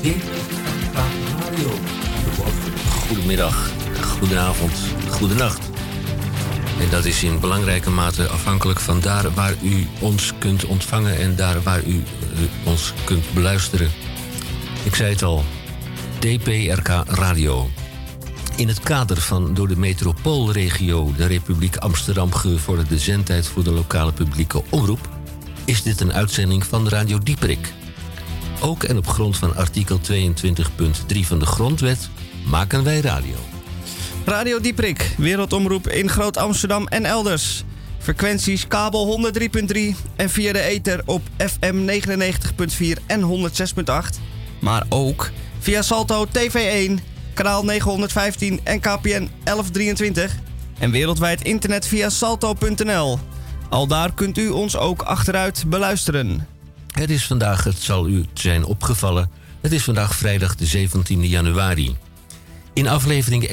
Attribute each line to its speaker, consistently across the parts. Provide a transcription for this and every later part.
Speaker 1: Goedemiddag, goedenavond, goedenacht. En dat is in belangrijke mate afhankelijk van daar waar u ons kunt ontvangen en daar waar u ons kunt beluisteren. Ik zei het al, DPRK Radio. In het kader van door de metropoolregio de Republiek Amsterdam gevorderde zendtijd voor de lokale publieke omroep is dit een uitzending van Radio Dieperik. Ook en op grond van artikel 22.3 van de Grondwet maken wij radio.
Speaker 2: Radio Dieperik, wereldomroep in Groot-Amsterdam en elders. Frequenties kabel 103.3 en via de ether op FM 99.4 en 106.8. Maar ook via Salto TV1, kanaal 915 en KPN 1123. En wereldwijd internet via salto.nl. Al daar kunt u ons ook achteruit beluisteren.
Speaker 1: Het is vandaag, het zal u zijn opgevallen, het is vandaag vrijdag de 17e januari. In aflevering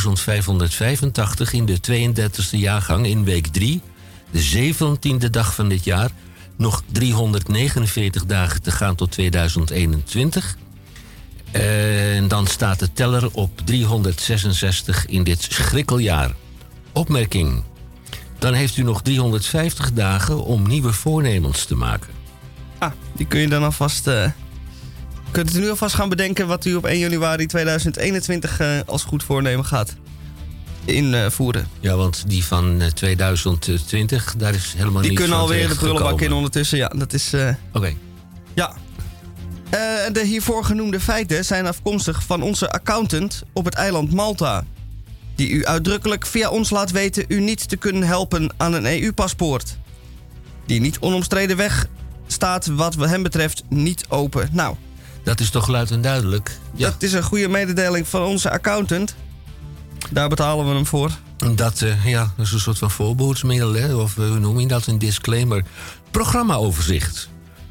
Speaker 1: 1585 in de 32e jaargang in week 3, de 17e dag van dit jaar, nog 349 dagen te gaan tot 2021. En dan staat de teller op 366 in dit schrikkeljaar. Opmerking. Dan heeft u nog 350 dagen om nieuwe voornemens te maken.
Speaker 2: Die kun je dan alvast... kunt u nu alvast gaan bedenken wat u op 1 januari 2021 als goed voornemen gaat invoeren.
Speaker 1: Ja, want die van 2020, daar is helemaal niets van.
Speaker 2: Die kunnen alweer de prullenbak in ondertussen. Ja, dat is...
Speaker 1: Oké.
Speaker 2: Ja. De hiervoor genoemde feiten zijn afkomstig van onze accountant op het eiland Malta, die u uitdrukkelijk via ons laat weten u niet te kunnen helpen aan een EU-paspoort. Die niet onomstreden weg staat wat hem betreft niet open. Nou,
Speaker 1: dat is toch luid en duidelijk? Ja.
Speaker 2: Dat is een goede mededeling van onze accountant. Daar betalen we hem voor.
Speaker 1: Dat is een soort van voorbehoedsmiddel, hè? Of hoe noem je dat? Een disclaimer. Programmaoverzicht.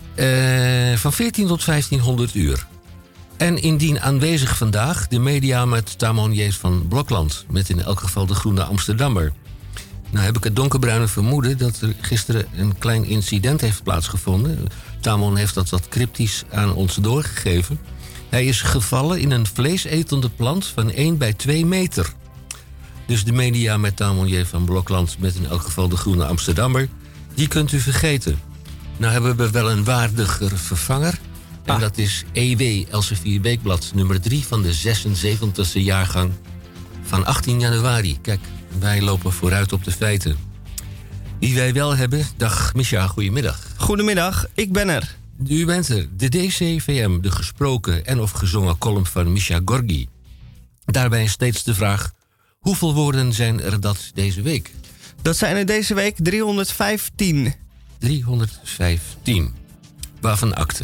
Speaker 1: Van 14 tot 1500 uur. En indien aanwezig vandaag de media met Tamon Jees van Blokland. Met in elk geval de Groene Amsterdammer. Nou heb ik het donkerbruine vermoeden dat er gisteren een klein incident heeft plaatsgevonden. Tamon heeft dat wat cryptisch aan ons doorgegeven. Hij is gevallen in een vleesetende plant van 1 bij 2 meter. Dus de media met Tamon Jees van Blokland, met in elk geval de Groene Amsterdammer, die kunt u vergeten. Nou hebben we wel een waardiger vervanger. En dat is EW Elsevier Weekblad nummer 3 van de 76e jaargang van 18 januari. Kijk, wij lopen vooruit op de feiten. Wie wij wel hebben, dag Misha, goedemiddag.
Speaker 2: Goedemiddag, ik ben er.
Speaker 1: U bent er. De DCVM, de gesproken en of gezongen column van Misha Gorgi. Daarbij steeds de vraag, hoeveel woorden zijn er dat deze week?
Speaker 2: Dat zijn er deze week 315.
Speaker 1: 315. Waarvan akte.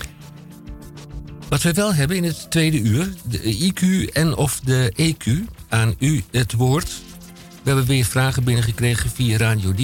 Speaker 1: Wat wij wel hebben in het tweede uur, de IQ en of de EQ, aan u het woord. We hebben weer vragen binnengekregen via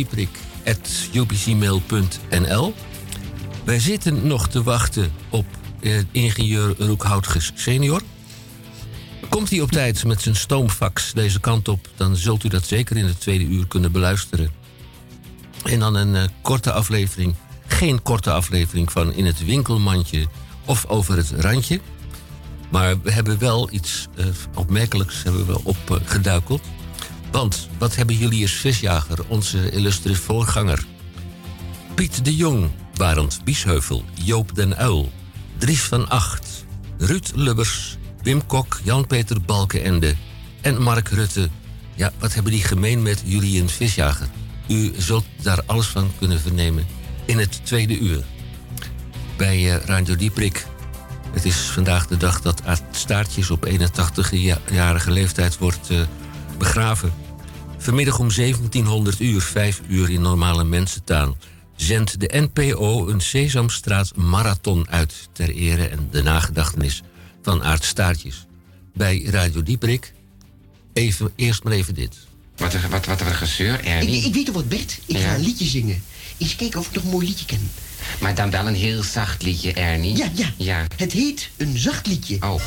Speaker 1: radiodieperik@upcmail.nl. Wij zitten nog te wachten op ingenieur Roekhoutges senior. Komt hij op tijd met zijn stoomfax deze kant op, dan zult u dat zeker in het tweede uur kunnen beluisteren. En dan een korte aflevering, geen korte aflevering van In het Winkelmandje of Over het Randje. Maar we hebben wel iets opmerkelijks opgeduikeld. Want wat hebben Julius Visjager, onze illustre voorganger, Piet de Jong, Barend Biesheuvel, Joop den Uyl, Dries van Acht, Ruud Lubbers, Wim Kok, Jan-Peter Balkenende en Mark Rutte. Ja, wat hebben die gemeen met Julius Visjager? U zult daar alles van kunnen vernemen in het tweede uur. Bij Radio Dieperik. Het is vandaag de dag dat Aart Staartjes op 81-jarige leeftijd wordt begraven. Vanmiddag om 1700 uur, 5 uur in normale mensentaal, zendt de NPO een Sesamstraat marathon uit ter ere en de nagedachtenis van Aart Staartjes. Bij Radio Dieperik. Eerst maar even dit.
Speaker 3: Wat een gezeur, Ernie.
Speaker 4: Ik weet al wat, Bert. Ik ga een liedje zingen. Eens kijken of ik nog een mooi liedje ken.
Speaker 3: Maar dan wel een heel zacht liedje, Ernie.
Speaker 4: Ja. Het heet Een Zacht Liedje.
Speaker 3: Oh.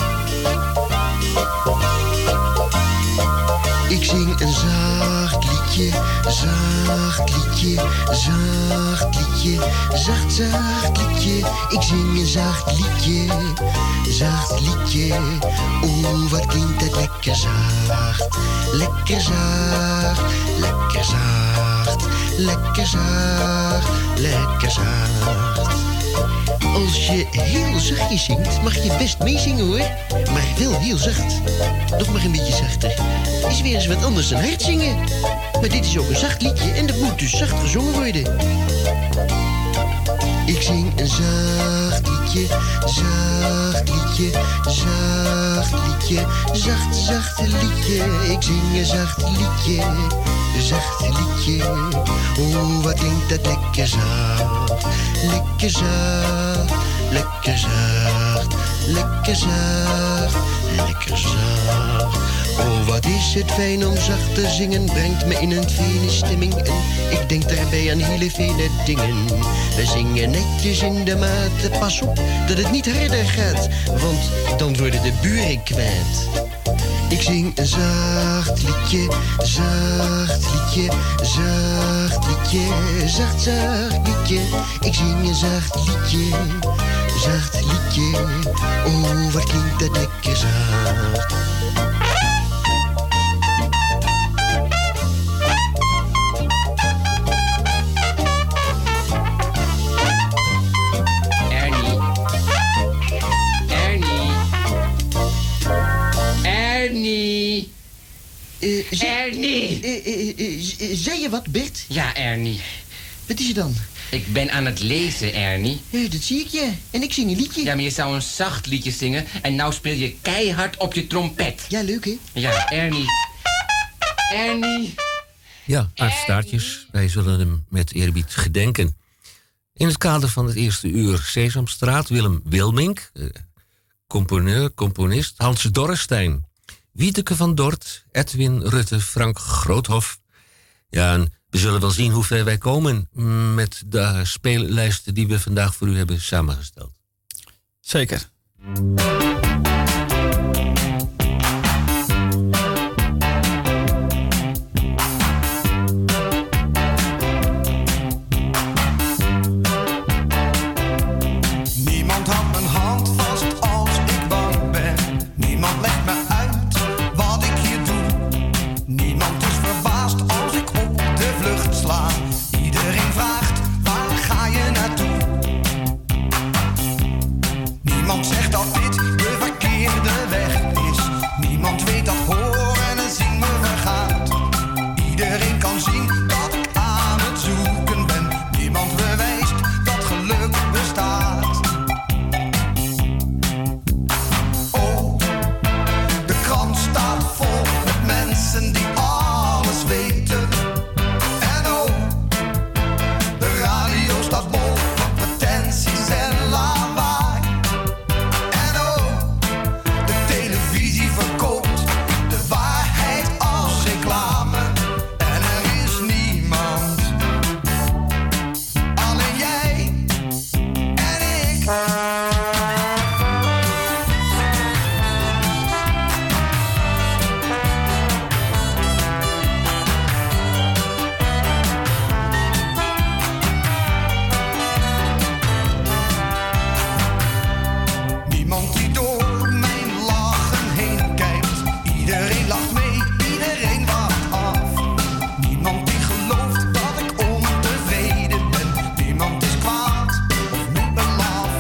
Speaker 4: Ik zing een zacht liedje liedje, zacht liedje, zacht liedje, zacht, zacht liedje. Ik zing een zacht liedje, zacht liedje. Oh, wat klinkt het lekker zacht, lekker zacht, lekker zacht, lekker zacht, lekker zacht. Als je heel zachtjes zingt, mag je best meezingen hoor. Maar wel heel zacht. Nog maar een beetje zachter. Is weer eens wat anders dan hard zingen. Maar dit is ook een zacht liedje en dat moet dus zacht gezongen worden. Ik zing een zacht liedje, zacht liedje, zacht liedje, zacht, zacht liedje. Ik zing een zacht liedje, zacht liedje. Oh, wat klinkt dat lekker zacht, lekker zacht, lekker zacht, lekker zacht, lekker zacht. Oh, wat is het fijn om zacht te zingen, brengt me in een fijne stemming. En ik denk daarbij aan hele vele dingen. We zingen netjes in de maat, pas op dat het niet harder gaat, want dan worden de buren kwijt. Ik zing een zacht liedje, zacht liedje, zacht liedje, zacht, zacht liedje. Ik zing een zacht liedje, zacht liedje. Oh, wat klinkt dat lekker zacht. Zei je wat, Bert?
Speaker 3: Ja, Ernie.
Speaker 4: Wat is er dan?
Speaker 3: Ik ben aan het lezen, Ernie.
Speaker 4: Dat zie ik je. En ik zing een liedje.
Speaker 3: Ja, maar je zou een zacht liedje zingen en nou speel je keihard op je trompet.
Speaker 4: Ja, leuk hè?
Speaker 3: Ja, Ernie. Ernie.
Speaker 1: Ja, Aart Staartjes. Wij zullen hem met eerbied gedenken. In het kader van het eerste uur Sesamstraat, Willem Wilmink, componist, Hans Dorrestein, Wieteke van Dort, Edwin Rutte, Frank Groothof. Ja, en we zullen wel zien hoe ver wij komen met de speellijsten die we vandaag voor u hebben samengesteld.
Speaker 2: Zeker.
Speaker 5: Niemand houdt mijn hand vast als ik bang ben. Niemand legt me uit wat ik hier doe. Niemand is verbaasd als ik op de vlucht sla. Iedereen vraagt, waar ga je naartoe? Niemand zegt dat dit de verkeerde weg is. Niemand weet dat horen en zien me vergaat. Iedereen kan zien dat ik aan het zoeken ben. Niemand bewijst dat geluk bestaat. Oh, de krant staat vol met mensen die alles weten. En oh, de radio staat bol van pretenties en lawaai. En oh, de televisie verkoopt de waarheid als reclame. En er is niemand, alleen jij en ik. Niemand die door mijn lachen heen kijkt. Iedereen lacht mee, iedereen wacht af. Niemand die gelooft dat ik ontevreden ben. Niemand is kwaad of noemt me laf.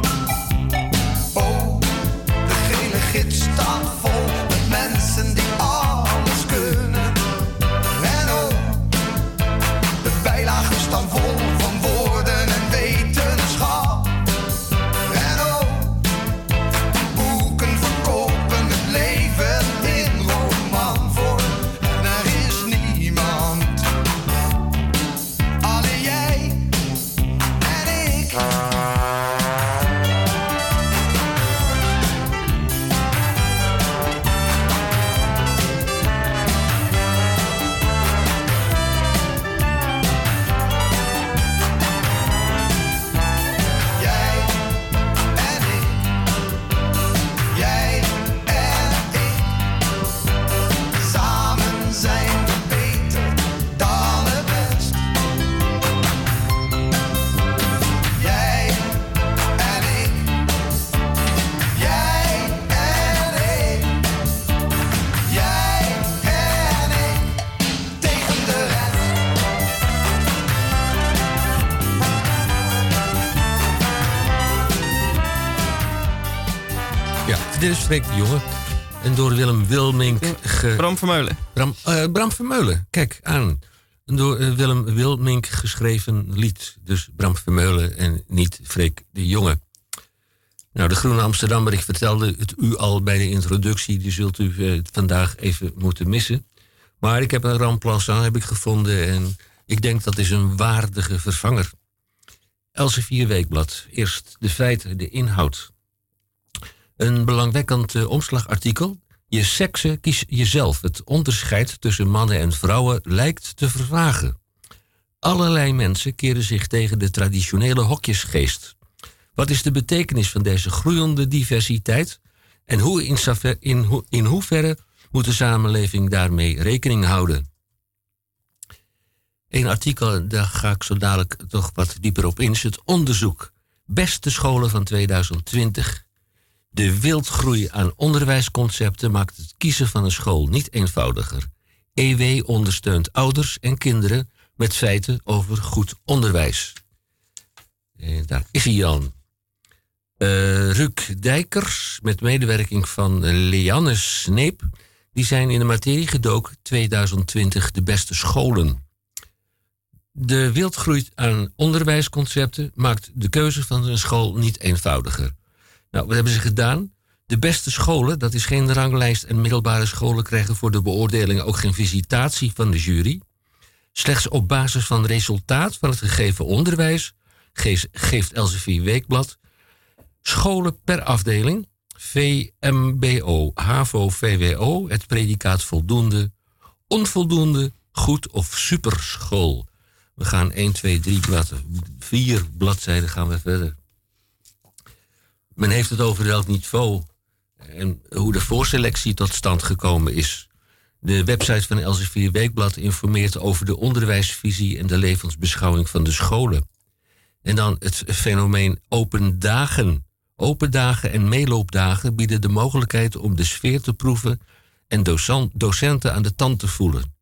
Speaker 5: Oh, de gele gids staat vol met mensen die alles kunnen. En oh, de bijlagen staan vol van woorden en wetenschap. En oh, boeken verkopen het leven in romanvorm. En er is niemand, alleen jij en ik.
Speaker 1: Dit is Freek de Jonge. En door Willem Wilmink...
Speaker 2: Bram Vermeulen.
Speaker 1: Bram Vermeulen, kijk aan. Een door Willem Wilmink geschreven lied. Dus Bram Vermeulen en niet Freek de Jonge. Nou, de Groene Amsterdammer, ik vertelde het u al bij de introductie. Die zult u vandaag even moeten missen. Maar ik heb een remplaçant gevonden en ik denk dat is een waardige vervanger. Elsevier Weekblad. Eerst de feiten, de inhoud. Een belangwekkend omslagartikel. Je seksen kies jezelf. Het onderscheid tussen mannen en vrouwen lijkt te vervagen. Allerlei mensen keren zich tegen de traditionele hokjesgeest. Wat is de betekenis van deze groeiende diversiteit? En in hoeverre moet de samenleving daarmee rekening houden? Een artikel, daar ga ik zo dadelijk toch wat dieper op in, is het onderzoek. Beste scholen van 2020. De wildgroei aan onderwijsconcepten maakt het kiezen van een school niet eenvoudiger. EW ondersteunt ouders en kinderen met feiten over goed onderwijs. Daar is hij dan. Ruuk Dijkers, met medewerking van Leanne Sneep, die zijn in de materie gedoken 2020 de beste scholen. De wildgroei aan onderwijsconcepten maakt de keuze van een school niet eenvoudiger. Nou, wat hebben ze gedaan? De beste scholen, dat is geen ranglijst en middelbare scholen krijgen voor de beoordeling ook geen visitatie van de jury. Slechts op basis van resultaat van het gegeven onderwijs geeft Elsevier Weekblad scholen per afdeling, VMBO, HAVO, VWO, het predicaat voldoende, onvoldoende, goed of superschool. We gaan 1, 2, 3, 4 bladzijden gaan we verder. Men heeft het over welk niveau en hoe de voorselectie tot stand gekomen is. De website van Elsevier Weekblad informeert over de onderwijsvisie en de levensbeschouwing van de scholen. En dan het fenomeen open dagen. Open dagen en meeloopdagen bieden de mogelijkheid om de sfeer te proeven en docenten aan de tand te voelen.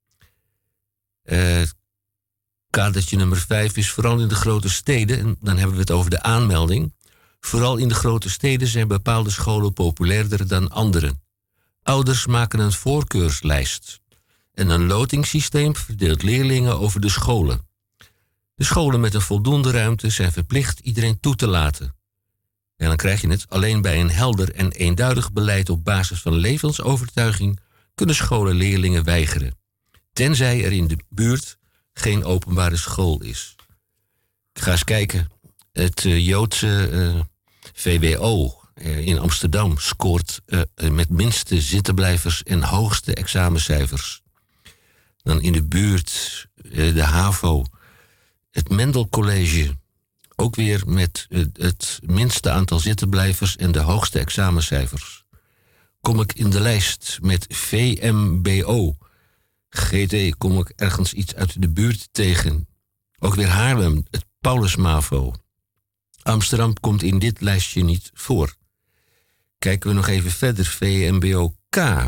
Speaker 1: Kadertje nummer 5 is vooral in de grote steden, en dan hebben we het over de aanmelding. Vooral in de grote steden zijn bepaalde scholen populairder dan andere. Ouders maken een voorkeurslijst. En een lotingssysteem verdeelt leerlingen over de scholen. De scholen met een voldoende ruimte zijn verplicht iedereen toe te laten. En dan krijg je het, alleen bij een helder en eenduidig beleid op basis van levensovertuiging kunnen scholen leerlingen weigeren. Tenzij er in de buurt geen openbare school is. Ik ga eens kijken. Het Joodse VWO in Amsterdam scoort met minste zittenblijvers en hoogste examencijfers. Dan in de buurt de HAVO, het Mendel College, ook weer met het minste aantal zittenblijvers en de hoogste examencijfers. Kom ik in de lijst met VMBO, GT, kom ik ergens iets uit de buurt tegen. Ook weer Haarlem, het Paulus Mavo. Amsterdam komt in dit lijstje niet voor. Kijken we nog even verder. VMBO-K.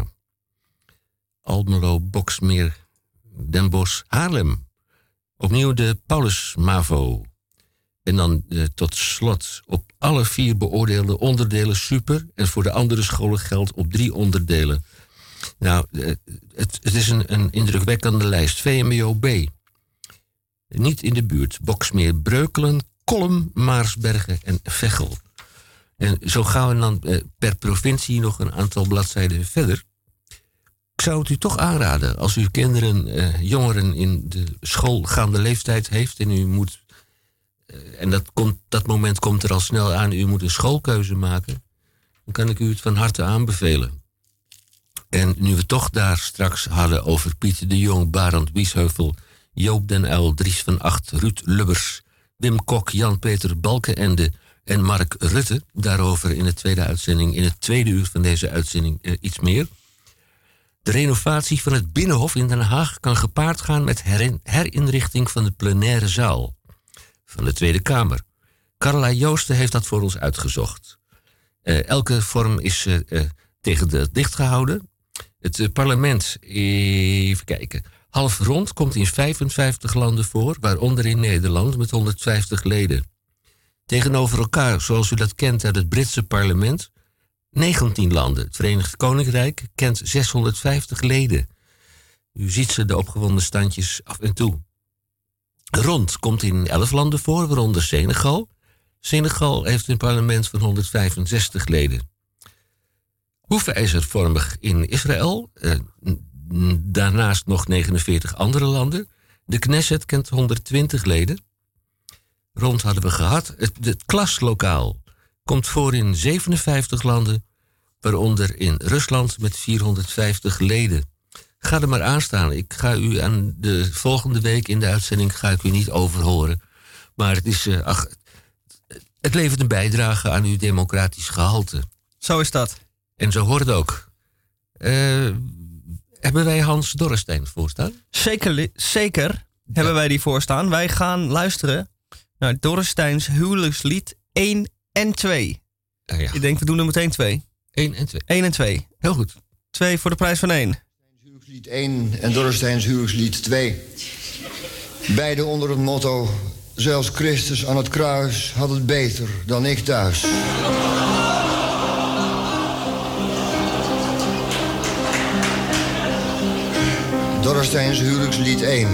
Speaker 1: Almelo, Boxmeer, Den Bosch, Haarlem. Opnieuw de Paulus Mavo. En dan tot slot op alle 4 beoordeelde onderdelen super. En voor de andere scholen geldt op 3 onderdelen. Nou, het is een indrukwekkende lijst. VMBO-B. Niet in de buurt. Boxmeer, Breukelen, Kolm, Maarsbergen en Veghel. En zo gaan we dan per provincie nog een aantal bladzijden verder. Ik zou het u toch aanraden als u kinderen, jongeren in de schoolgaande leeftijd heeft en u moet, en dat moment komt er al snel aan, u moet een schoolkeuze maken, dan kan ik u het van harte aanbevelen. En nu we toch daar straks hadden over Pieter de Jong, Barend Wiesheuvel, Joop den Uyl, Dries van Acht, Ruud Lubbers, Wim Kok, Jan-Peter Balkenende en Mark Rutte. Daarover in de tweede uur van deze uitzending iets meer. De renovatie van het Binnenhof in Den Haag kan gepaard gaan met herinrichting van de plenaire zaal van de Tweede Kamer. Carla Joosten heeft dat voor ons uitgezocht. Elke vorm is tegen de dicht gehouden. Het parlement, even kijken, half rond komt in 55 landen voor, waaronder in Nederland met 150 leden. Tegenover elkaar, zoals u dat kent uit het Britse parlement, 19 landen. Het Verenigd Koninkrijk kent 650 leden. U ziet ze de opgewonden standjes af en toe. Rond komt in 11 landen voor, waaronder Senegal. Senegal heeft een parlement van 165 leden. Hoefijzervormig in Israël. Daarnaast nog 49 andere landen. De Knesset kent 120 leden. Rond hadden we gehad. Het klaslokaal komt voor in 57 landen, waaronder in Rusland met 450 leden. Ga er maar aan staan. Ik ga u aan de volgende week in de uitzending ga ik u niet overhoren. Maar het is, het levert een bijdrage aan uw democratisch gehalte.
Speaker 2: Zo is dat.
Speaker 1: En zo hoort het ook. Hebben wij Hans Dorrestein voorstaan?
Speaker 2: Zeker hebben wij die voorstaan. Wij gaan luisteren naar Dorresteins huwelijkslied 1 en 2.
Speaker 1: Ja.
Speaker 2: Ik denk, we doen er meteen 2.
Speaker 1: 1 en 2.
Speaker 2: 1 en 2.
Speaker 1: Heel goed.
Speaker 2: 2 voor de prijs van 1.
Speaker 6: Huwelijkslied 1 en Dorresteins huwelijkslied 2. Beide onder het motto: zelfs Christus aan het kruis had het beter dan ik thuis. Dorresteins huwelijkslied 1.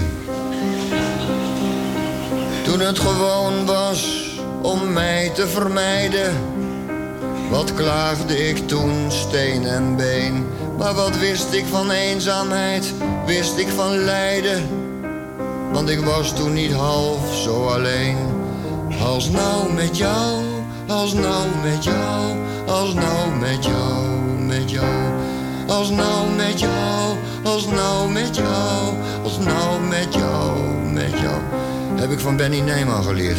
Speaker 6: Toen het gewoon was om mij te vermijden, wat klaagde ik toen, steen en been. Maar wat wist ik van eenzaamheid, wist ik van lijden. Want ik was toen niet half zo alleen. Als nou met jou, als nou met jou, als nou met jou, met jou. Als nou met jou, als nou met jou, als nou met jou, met jou. Heb ik van Benny Neyman geleerd.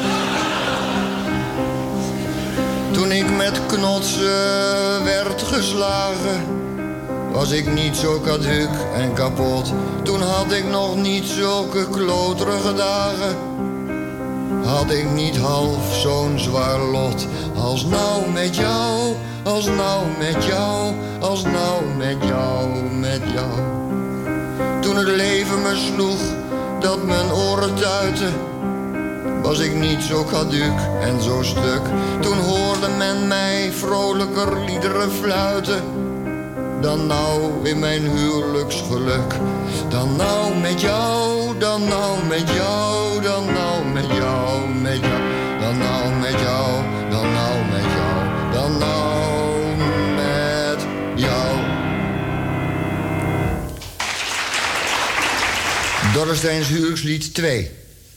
Speaker 6: Toen ik met knotsen werd geslagen, was ik niet zo caduc en kapot. Toen had ik nog niet zulke kloterige dagen. Had ik niet half zo'n zwaar lot. Als nou met jou, als nou met jou, als nou met jou, met jou. Toen het leven me sloeg, dat mijn oren tuiten, was ik niet zo caduc en zo stuk. Toen hoorde men mij vrolijker liederen fluiten dan nou in mijn huwelijksgeluk. Dan nou met jou, dan nou met jou, dan nou met jou, met jou. Dan nou met jou, dan nou met jou, dan nou met jou. Dorresteins huwelijkslied 2.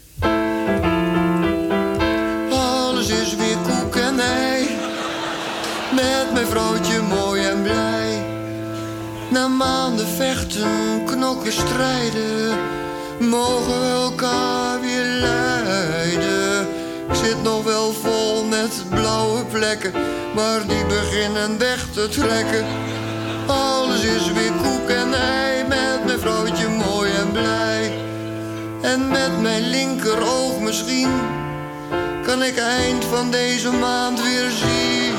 Speaker 6: Alles is weer koek en ei, met mijn vrouwtje mooi en blij. Na maanden vechten, knokken, strijden, mogen we elkaar weer leiden. Ik zit nog wel vol met blauwe plekken, maar die beginnen weg te trekken. Alles is weer koek en ei, met mijn vrouwtje mooi en blij. En met mijn linkeroog misschien kan ik eind van deze maand weer zien.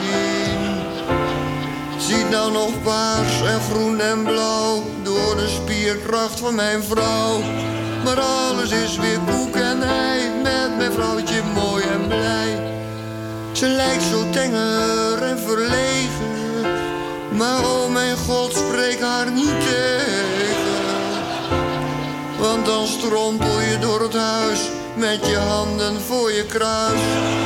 Speaker 6: Ziet nou nog paars en groen en blauw door de spierkracht van mijn vrouw. Maar alles is weer koek en ei, met mijn vrouwtje mooi en blij. Ze lijkt zo tenger en verlegen, maar oh mijn God, spreek haar niet tegen. Want dan strompel je door het huis met je handen voor je kruis.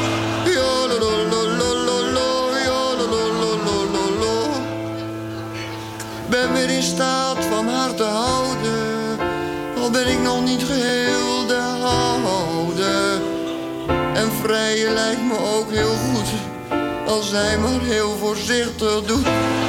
Speaker 6: Ben weer in staat van haar te houden, al ben ik nog niet geheel de oude. En vrijen lijkt me ook heel goed, als zij maar heel voorzichtig doet.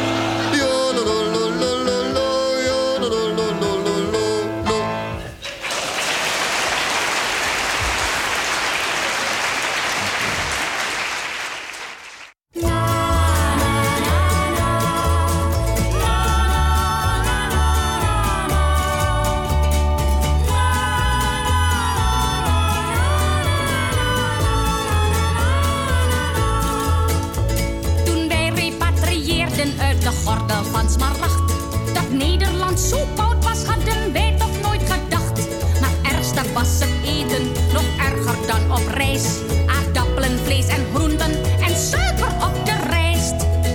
Speaker 7: Gordel van Smaragd. Dat Nederland zo koud was, hadden wij toch nooit gedacht. Maar ernstig was het eten, nog erger dan op reis. Aardappelen, vlees en groenten en suiker op de rijst.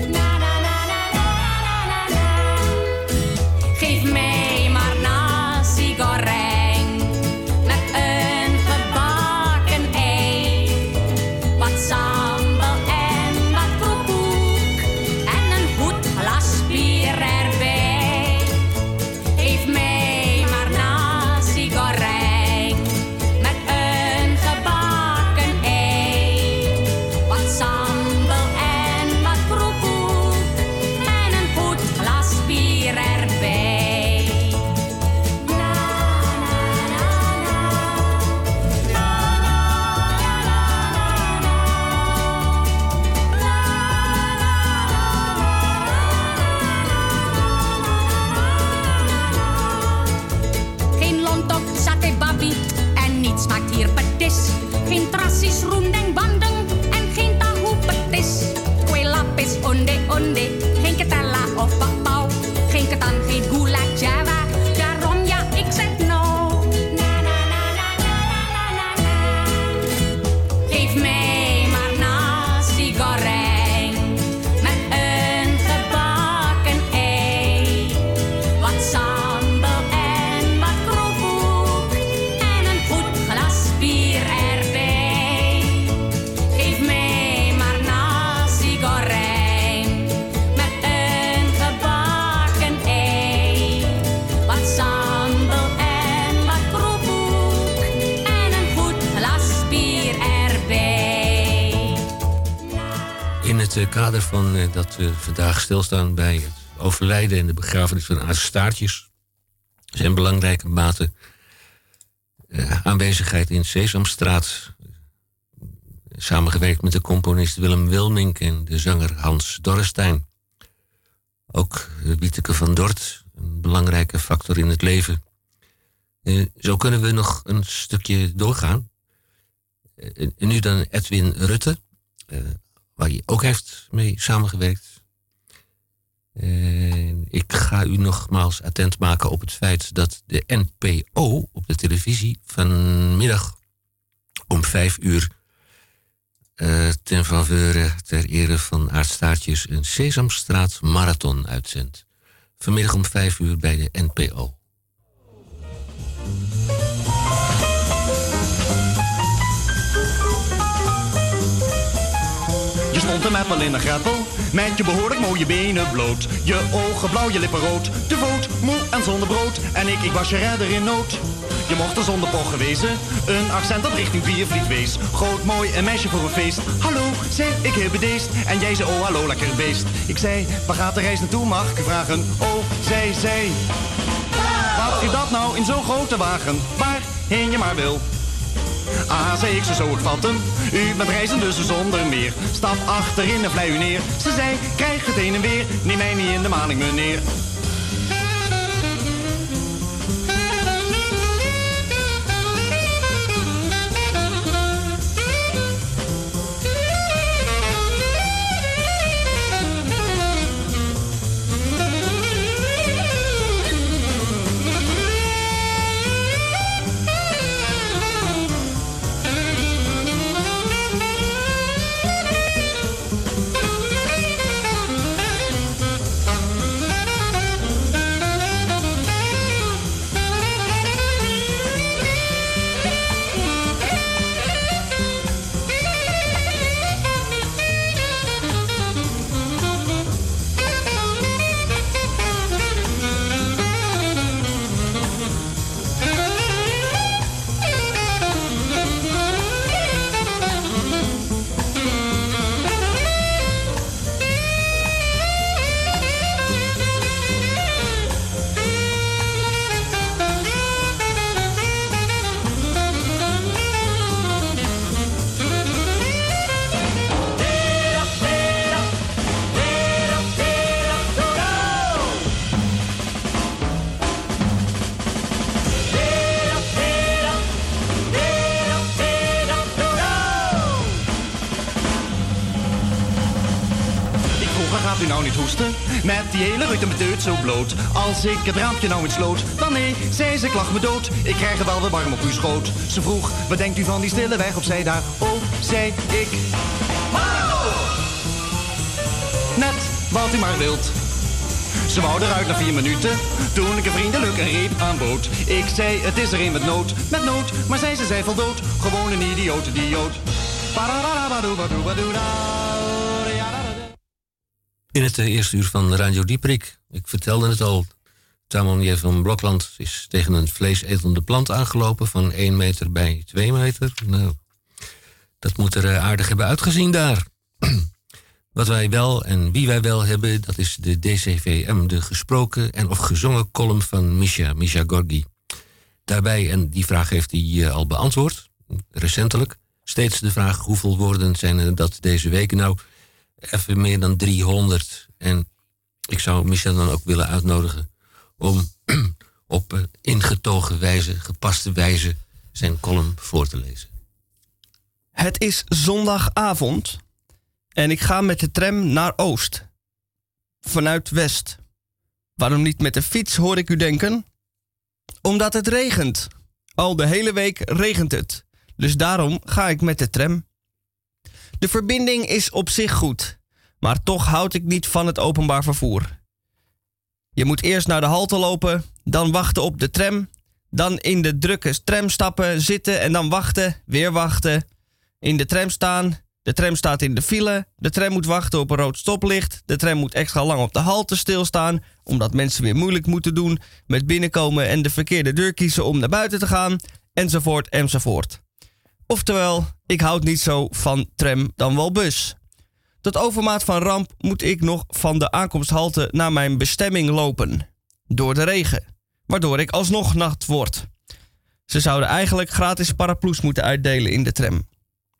Speaker 1: het kader van dat we vandaag stilstaan bij het overlijden en de begrafenis van Aad Staartjes zijn belangrijke mate aanwezigheid in Sesamstraat. Samengewerkt met de componist Willem Wilmink en de zanger Hans Dorrestein. Ook Wieteke van Dort, een belangrijke factor in het leven. Zo kunnen we nog een stukje doorgaan. En nu dan Edwin Rutte, waar hij ook heeft mee samengewerkt. Ik ga u nogmaals attent maken op het feit dat de NPO op de televisie vanmiddag om 5 uur ten faveur ter ere van Aad Staartjes een Sesamstraat marathon uitzendt. Vanmiddag om 5 uur bij de NPO.
Speaker 8: Je stond er met Marlene Greppel, met je behoorlijk mooie benen bloot. Je ogen blauw, je lippen rood, te voet, moe en zonder brood. En ik was je redder in nood. Je mocht er zonder poch gewezen, een accent dat richting Viervliet wees. Groot, mooi, een meisje voor een feest. Hallo, zei ik heel bedeesd. En jij zei, oh hallo, lekker beest. Ik zei, waar gaat de reis naartoe, mag ik u vragen? Oh, zij, wat is dat nou in zo'n grote wagen? Waarheen je maar wil. Ah, zei ik ze zo, ik vat hem. U bent reizen dus zonder meer. Stap achterin en vlei u neer. Ze zei, krijg het heen en weer. Neem mij niet in de maling, meneer. Gaat u nou niet hoesten? Met die hele reutemeteut zo bloot. Als ik het raampje nou eens sloot, dan nee, zei ze, ik lach me dood. Ik krijg er wel weer warm op uw schoot. Ze vroeg, wat denkt u van die stille weg opzij daar? Oh, zei ik. Net wat u maar wilt. Ze wou eruit na 4 minuten, toen ik een vriendelijk een reep aanbood. Ik zei, het is er een met nood, maar zei ze, zij voldood. Gewoon een idiote dioot.
Speaker 1: In het eerste uur van Radio Dieprik, ik vertelde het al, Tamonier van Blokland is tegen een vleesetende plant aangelopen van 1 meter bij 2 meter. Nou, dat moet er aardig hebben uitgezien daar. Wat wij wel en wie wij wel hebben, dat is de DCVM, de gesproken en of gezongen column van Misha Gorgi. Daarbij, en die vraag heeft hij al beantwoord, recentelijk, steeds de vraag hoeveel woorden zijn er dat deze week? Nou, even meer dan 300. En ik zou Misha dan ook willen uitnodigen om op ingetogen wijze, gepaste wijze zijn column voor te lezen.
Speaker 2: Het is zondagavond en ik ga met de tram naar Oost. Vanuit West. Waarom niet met de fiets, hoor ik u denken? Omdat het regent. Al de hele week regent het. Dus daarom ga ik met de tram. De verbinding is op zich goed, maar toch houd ik niet van het openbaar vervoer. Je moet eerst naar de halte lopen, dan wachten op de tram, dan in de drukke tram stappen, zitten en dan wachten, weer wachten. In de tram staan, de tram staat in de file, de tram moet wachten op een rood stoplicht, de tram moet extra lang op de halte stilstaan, omdat mensen weer moeilijk moeten doen met binnenkomen en de verkeerde deur kiezen om naar buiten te gaan, enzovoort, enzovoort. Oftewel, ik houd niet zo van tram dan wel bus. Tot overmaat van ramp moet ik nog van de aankomsthalte naar mijn bestemming lopen. Door de regen, waardoor ik alsnog nat word. Ze zouden eigenlijk gratis paraplu's moeten uitdelen in de tram.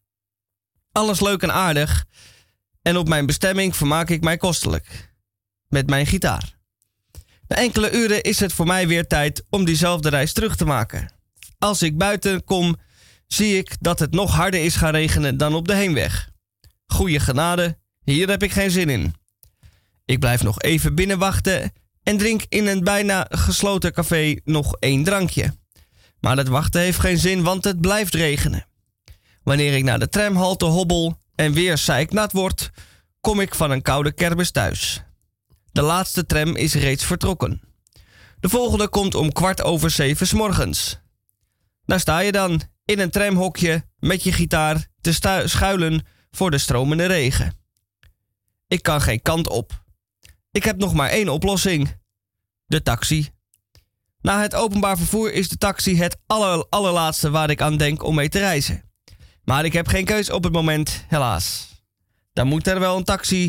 Speaker 2: Alles leuk en aardig. En op mijn bestemming vermaak ik mij kostelijk. Met mijn gitaar. Na enkele uren is het voor mij weer tijd om diezelfde reis terug te maken. Als ik buiten kom, zie ik dat het nog harder is gaan regenen dan op de heenweg. Goeie genade, hier heb ik geen zin in. Ik blijf nog even binnen wachten en drink in een bijna gesloten café nog 1 drankje. Maar dat wachten heeft geen zin, want het blijft regenen. Wanneer ik naar de tramhalte hobbel en weer zeiknat word, kom ik van een koude kermis thuis. De laatste tram is reeds vertrokken. De volgende komt om 7:15 's morgens. Daar sta je dan, in een tramhokje, met je gitaar te schuilen voor de stromende regen. Ik kan geen kant op. Ik heb nog maar 1 oplossing. De taxi. Na het openbaar vervoer is de taxi het allerlaatste waar ik aan denk om mee te reizen. Maar ik heb geen keus op het moment, helaas. Dan moet er wel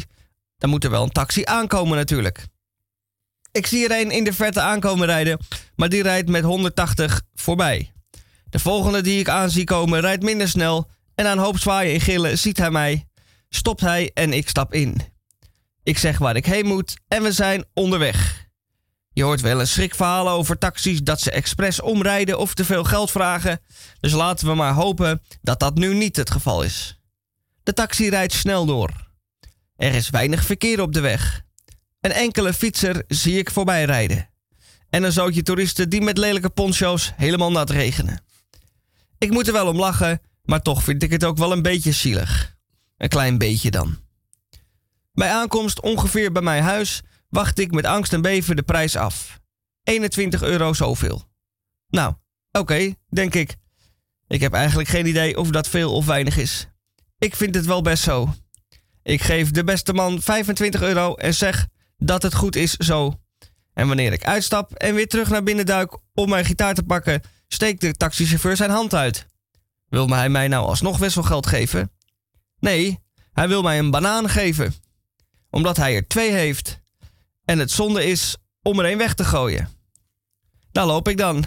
Speaker 2: een taxi aankomen natuurlijk. Ik zie er een in de verte aankomen rijden, maar die rijdt met 180 voorbij. De volgende die ik aan zie komen rijdt minder snel en aan een hoop zwaaien en gillen ziet hij mij, stopt hij en ik stap in. Ik zeg waar ik heen moet en we zijn onderweg. Je hoort wel een schrikverhalen over taxis dat ze expres omrijden of te veel geld vragen, dus laten we maar hopen dat dat nu niet het geval is. De taxi rijdt snel door. Er is weinig verkeer op de weg. Een enkele fietser zie ik voorbij rijden. En een zootje toeristen die met lelijke poncho's helemaal nat regenen. Ik moet er wel om lachen, maar toch vind ik het ook wel een beetje zielig. Een klein beetje dan. Bij aankomst ongeveer bij mijn huis wacht ik met angst en beven de prijs af. €21 zoveel. Nou, oké, denk ik. Ik heb eigenlijk geen idee of dat veel of weinig is. Ik vind het wel best zo. Ik geef de beste man €25 en zeg dat het goed is zo. En wanneer ik uitstap en weer terug naar binnen duik om mijn gitaar te pakken, steekt de taxichauffeur zijn hand uit. Wil hij mij nou alsnog wisselgeld geven? Nee, hij wil mij een banaan geven. Omdat hij er 2 heeft. En het zonde is om er 1 weg te gooien. Daar loop ik dan.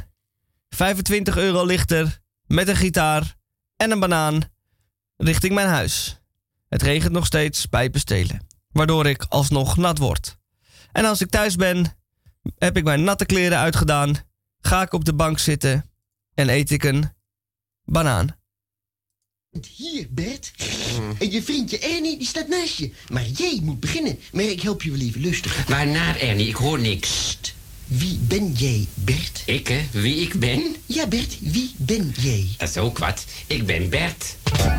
Speaker 2: €25 lichter, met een gitaar en een banaan, richting mijn huis. Het regent nog steeds, pijpen stelen, waardoor ik alsnog nat word. En als ik thuis ben, heb ik mijn natte kleren uitgedaan, ga ik op de bank zitten en eet ik een banaan.
Speaker 4: Hier, Bert. En je vriendje Ernie, die staat naast je. Maar jij moet beginnen. Maar ik help je wel even lustig.
Speaker 3: Waarnaar, Ernie? Ik hoor niks.
Speaker 4: Psst. Wie ben jij, Bert?
Speaker 3: Ik, hè? Wie ik ben?
Speaker 4: Ja, Bert, wie ben jij?
Speaker 3: Dat is ook wat. Ik ben Bert.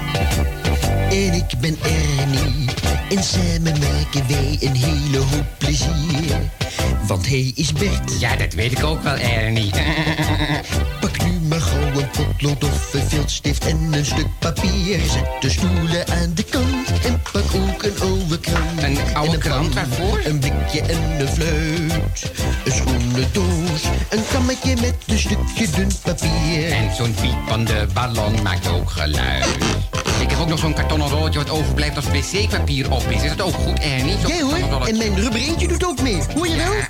Speaker 4: En ik ben Ernie. En samen maken wij een hele hoop plezier. Want hij is Bert.
Speaker 3: Ja, dat weet ik ook wel, Ernie.
Speaker 4: Pak nu maar gauw een potlood of een viltstift en een stuk papier. Zet de stoelen aan de kant en pak ook een oude krant.
Speaker 3: Een oude krant, waarvoor?
Speaker 4: Een blikje en een fluit. Een schone doos, een kammetje met een stukje dun papier.
Speaker 3: En zo'n piepende ballon maakt ook geluid. Ik heb ook nog zo'n kartonnen roodje wat overblijft als wc-papier op is. Is dat ook goed, Ernie?
Speaker 4: Jij hoor, en mijn rubber eentje doet ook mee. Hoor je wel?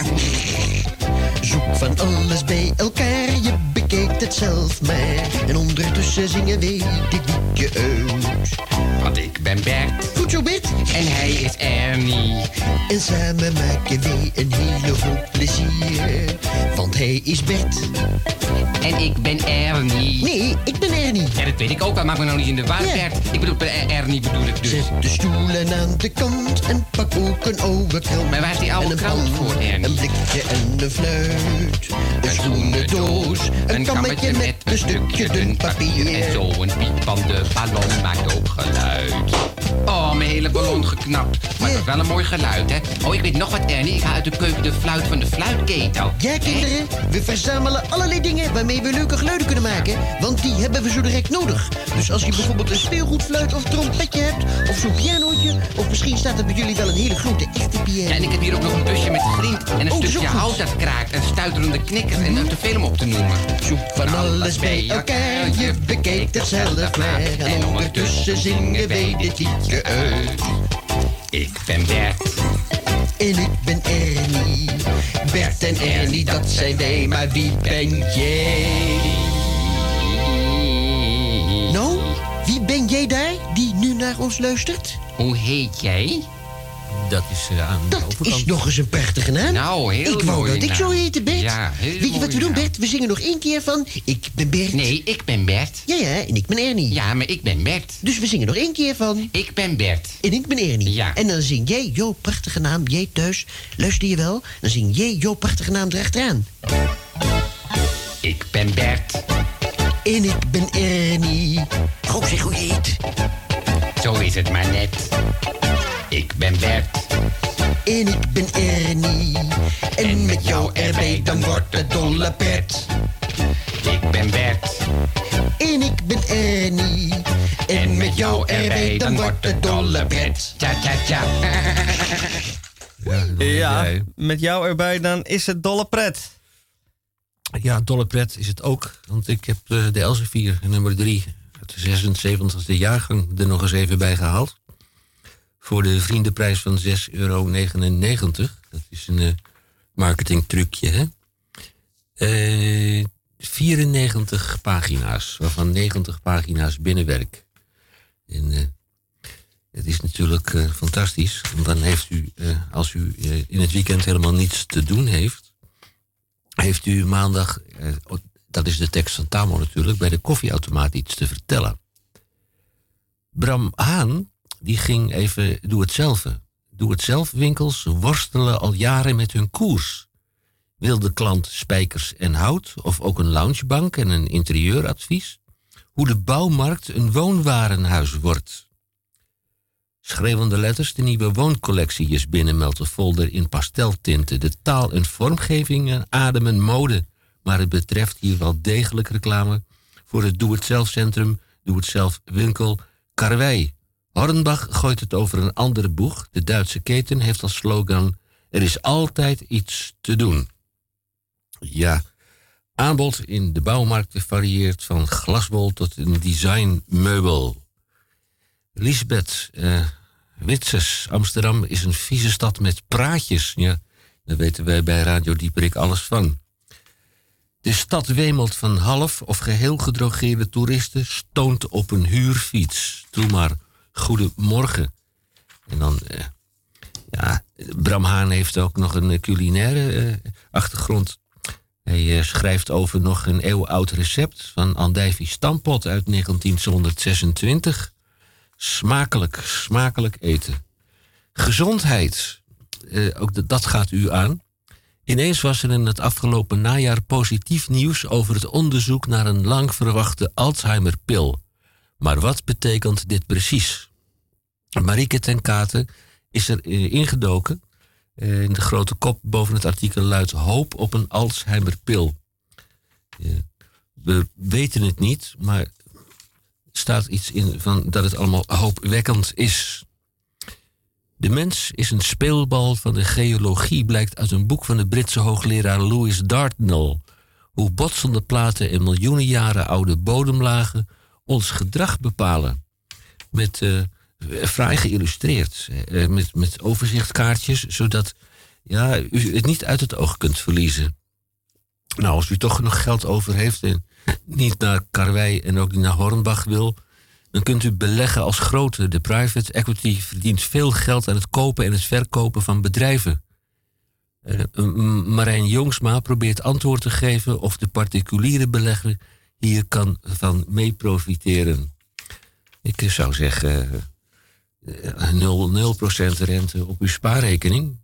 Speaker 4: Zoek van alles bij elkaar, je bekijkt het zelf maar. En ondertussen zingen wij dit liedje uit.
Speaker 3: Want ik ben Bert.
Speaker 4: Goed zo, Bert.
Speaker 3: En hij is Ernie.
Speaker 4: En samen maken wij een hele hoop plezier. Want hij is Bert.
Speaker 3: En ik ben Ernie.
Speaker 4: Nee, ik ben Ernie.
Speaker 3: Ja, dat weet ik ook wel. Maak me nou niet in de war,
Speaker 4: Ja.
Speaker 3: Bert. Ik bedoel, Ernie bedoel ik dus.
Speaker 4: Zet de stoelen aan de kant en pak ook een oude krant.
Speaker 3: Maar waar is die oude
Speaker 4: En een
Speaker 3: krant
Speaker 4: pan,
Speaker 3: voor, Ernie?
Speaker 4: Een blikje en een fluit. Een schoenen doos, een kammetje met een stukje dun papier.
Speaker 3: En zo een piepende ballon maakt ook geluid. Oh, mijn hele ballon geknapt. Maar dat is wel een mooi geluid, hè? Oh, ik weet nog wat, Ernie. Ik haal uit de keuken de fluit van de fluitketel.
Speaker 4: Ja, kinderen, we verzamelen allerlei dingen waarmee we leuke geluiden kunnen maken. Want die hebben we zo direct nodig. Dus als je bijvoorbeeld een speelgoedfluit of trompetje hebt, of zo'n pianootje, of misschien staat er bij jullie wel een hele grote echte piano.
Speaker 3: Ja, en ik heb hier ook nog een busje met grind en een
Speaker 4: Oh, dat is
Speaker 3: stukje
Speaker 4: ook goed.
Speaker 3: hout dat kraakt en stuiterende knikkers en te veel om op te noemen.
Speaker 4: Zoek van alles bij elkaar, je bekijkt het zelf maar. En ondertussen zingen wij dit liedje uit.
Speaker 3: Ik ben Bert.
Speaker 4: En ik ben Ernie. Bert en Ernie, dat zijn wij, maar wie ben jij? Nou, wie ben jij daar die nu naar ons luistert?
Speaker 3: Hoe heet jij?
Speaker 1: Dat is aan de
Speaker 4: Dat
Speaker 1: overkant.
Speaker 4: is nog eens een prachtige naam.
Speaker 3: Nou, heel
Speaker 4: Ik wou
Speaker 3: mooie
Speaker 4: dat ik zo
Speaker 3: naam.
Speaker 4: heette, Bert.
Speaker 3: Ja, heel
Speaker 4: Weet je wat we
Speaker 3: mooie
Speaker 4: doen,
Speaker 3: naam.
Speaker 4: Bert? We zingen nog 1 keer van Ik ben Bert.
Speaker 3: Nee, ik ben Bert.
Speaker 4: Ja, en ik ben Ernie.
Speaker 3: Ja, maar ik ben Bert.
Speaker 4: Dus we zingen nog 1 keer van
Speaker 3: Ik ben Bert.
Speaker 4: En ik ben Ernie.
Speaker 3: Ja.
Speaker 4: En dan zing jij jouw prachtige naam, jij thuis. Luister je wel? Dan zing jij jouw prachtige naam erachteraan.
Speaker 3: Ik ben Bert.
Speaker 4: En ik ben Ernie. Oh, zeg hoe je heet.
Speaker 3: Zo is het maar net. Ik ben Bert.
Speaker 4: En ik ben Ernie. En met jou erbij, dan wordt het dolle pret.
Speaker 3: Ik ben Bert.
Speaker 4: En ik ben Ernie. En met jou erbij, dan wordt het dolle pret.
Speaker 3: Tja, tja, tja.
Speaker 1: Ja, dan weet
Speaker 2: Ja,
Speaker 1: jij.
Speaker 2: met jou erbij dan is het dolle pret.
Speaker 1: Ja, dolle pret is het ook. Want ik heb de Elsevier, nummer 3, uit de 76e jaargang, er nog eens even bij gehaald. Voor de vriendenprijs van €6,99. Dat is een marketingtrucje, hè? 94 pagina's, waarvan 90 pagina's binnenwerk. En het is natuurlijk fantastisch. Want dan heeft u, als u in het weekend helemaal niets te doen heeft u maandag, dat is de tekst van Tamo natuurlijk, bij de koffieautomaat iets te vertellen. Bram Haan, die ging even doe-het-zelf winkels worstelen al jaren met hun koers. Wil de klant spijkers en hout of ook een loungebank en een interieuradvies? Hoe de bouwmarkt een woonwarenhuis wordt. Schreeuwende letters, de nieuwe wooncollectie is binnen, meldt de folder in pasteltinten. De taal en vormgevingen ademen mode, maar het betreft hier wel degelijk reclame voor het doe-het-zelf-centrum, doe-het-zelf-winkel Karwei. Hornbach gooit het over een andere boeg. De Duitse keten heeft als slogan: er is altijd iets te doen. Ja, aanbod in de bouwmarkten varieert van glasbol tot een designmeubel. Lisbeth Witses, Amsterdam is een vieze stad met praatjes. Ja, daar weten wij bij Radio Dieperik alles van. De stad wemelt van half of geheel gedrogeerde toeristen, stoont op een huurfiets. Doe maar, goedemorgen. En dan, Bram Haan heeft ook nog een culinaire achtergrond. Hij schrijft over nog een eeuwoud recept van andijvie stampot uit 1926. Smakelijk eten. Gezondheid, ook dat gaat u aan. Ineens was er in het afgelopen najaar positief nieuws over het onderzoek naar een lang verwachte Alzheimerpil. Maar wat betekent dit precies? Marieke ten Kate is er ingedoken. In de grote kop boven het artikel luidt: hoop op een Alzheimerpil. We weten het niet, maar staat iets in van dat het allemaal hoopwekkend is. De mens is een speelbal van de geologie, blijkt uit een boek van de Britse hoogleraar Lewis Dartnell. Hoe botsende platen en miljoenen jaren oude bodemlagen ons gedrag bepalen. Met fraai geïllustreerd, met overzichtkaartjes, zodat u het niet uit het oog kunt verliezen. Nou, als u toch nog geld over heeft en niet naar Karwei en ook niet naar Hornbach wil, dan kunt u beleggen als grote. De private equity verdient veel geld aan het kopen en het verkopen van bedrijven. Marijn Jongsma probeert antwoord te geven of de particuliere belegger hier kan van mee profiteren. Ik zou zeggen 0% rente op uw spaarrekening.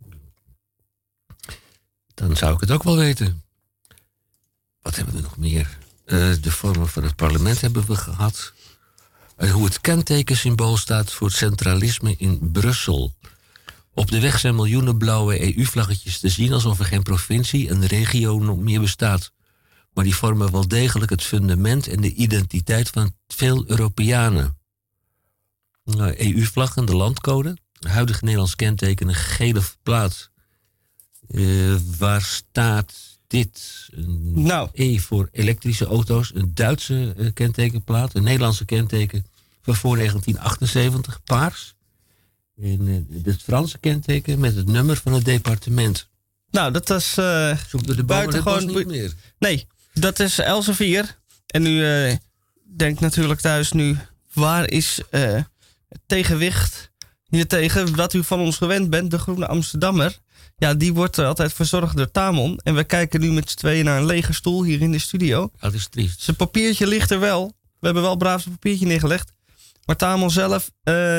Speaker 1: Dan zou ik het ook wel weten. Wat hebben we nog meer? De vormen van het parlement hebben we gehad. Hoe het kentekensymbool staat voor het centralisme in Brussel. Op de weg zijn miljoenen blauwe EU-vlaggetjes te zien, alsof er geen provincie, een regio nog meer bestaat. Maar die vormen wel degelijk het fundament en de identiteit van veel Europeanen. EU-vlag en de landcode. Huidige Nederlands kenteken, een gele plaat. Waar staat dit? Een E voor elektrische auto's. Een Duitse kentekenplaat. Een Nederlandse kenteken van voor 1978, paars. En het Franse kenteken met het nummer van het departement.
Speaker 2: Nou, dat is
Speaker 1: Zoek door de buitengewoon niet meer.
Speaker 2: Nee, dat is Elsevier. En u denkt natuurlijk thuis nu, waar is het tegenwicht hiertegen wat u van ons gewend bent, de Groene Amsterdammer? Ja, die wordt altijd verzorgd door Tamon. En we kijken nu met z'n tweeën naar een lege stoel hier in de studio.
Speaker 1: Dat is triest.
Speaker 2: Zijn papiertje ligt er wel. We hebben wel braaf zijn papiertje neergelegd. Maar Tamon zelf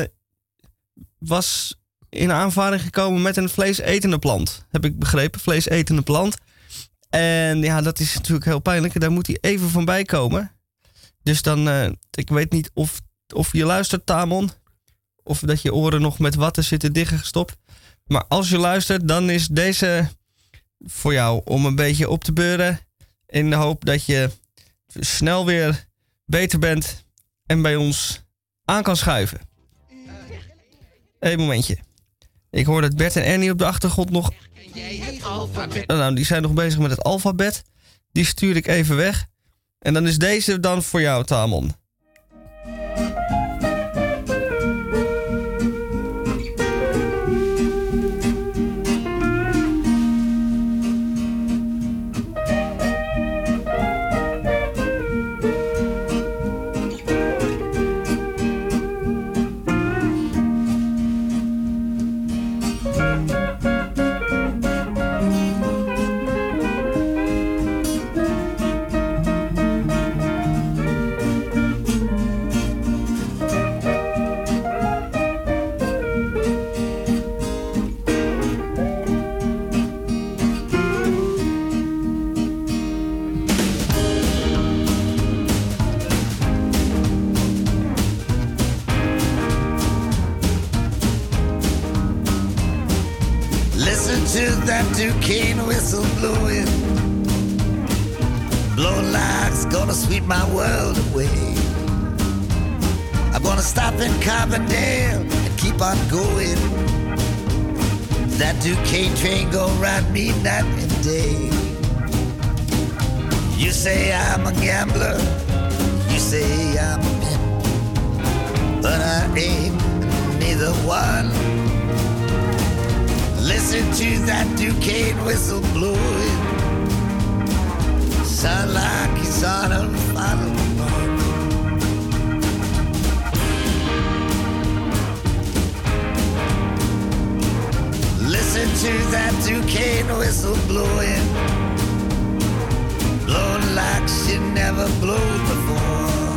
Speaker 2: was in aanvaring gekomen met een vleesetende plant. Heb ik begrepen, vleesetende plant. En ja, dat is natuurlijk heel pijnlijk. Daar moet hij even van bij komen. Dus dan, ik weet niet of je luistert, Tamon. Of dat je oren nog met watten zitten dichtgestopt. Maar als je luistert, dan is deze voor jou om een beetje op te beuren. In de hoop dat je snel weer beter bent en bij ons aan kan schuiven. Een momentje. Ik hoor dat Bert en Ernie op de achtergrond nog... Nou, die zijn nog bezig met het alfabet. Die stuur ik even weg. En dan is deze dan voor jou, Tamon.
Speaker 9: That Duquesne whistle blowing, blowing like it's gonna sweep my world away. I'm gonna stop in Carbondale and keep on going. That Duquesne train gonna ride me night and day. You say I'm a gambler, you say I'm a pimp, but I ain't neither one. Listen to that Duquesne whistle blowing, sound like he's on a final run. Listen to that Duquesne whistle blowing, blowing like she never blew before.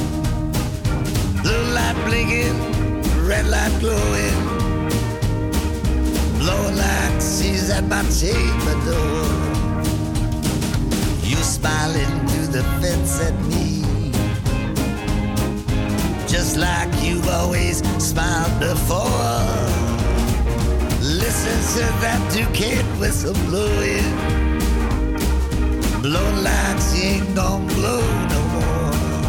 Speaker 9: Blue light blinking, red light glowing, blowing like she's at my chamber door. You smiling through the fence at me, just like you've always smiled before. Listen to that Duquesne whistle blowing, blowing like she ain't gonna blow no more.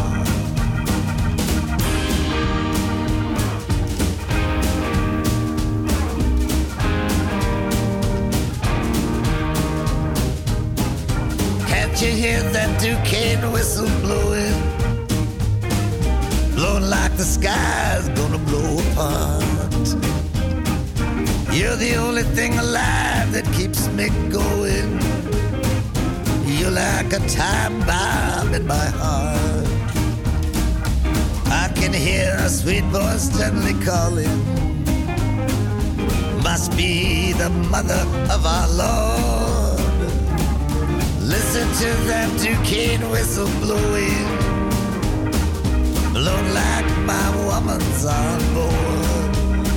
Speaker 9: You hear that Duquesne whistle blowing, blowing like the sky's gonna blow apart. You're the only thing alive that keeps me going. You're like a time bomb in my heart. I can hear a sweet voice gently calling, must be the mother of our Lord. Listen to that Duquesne whistle blowing, blown like my woman's on board.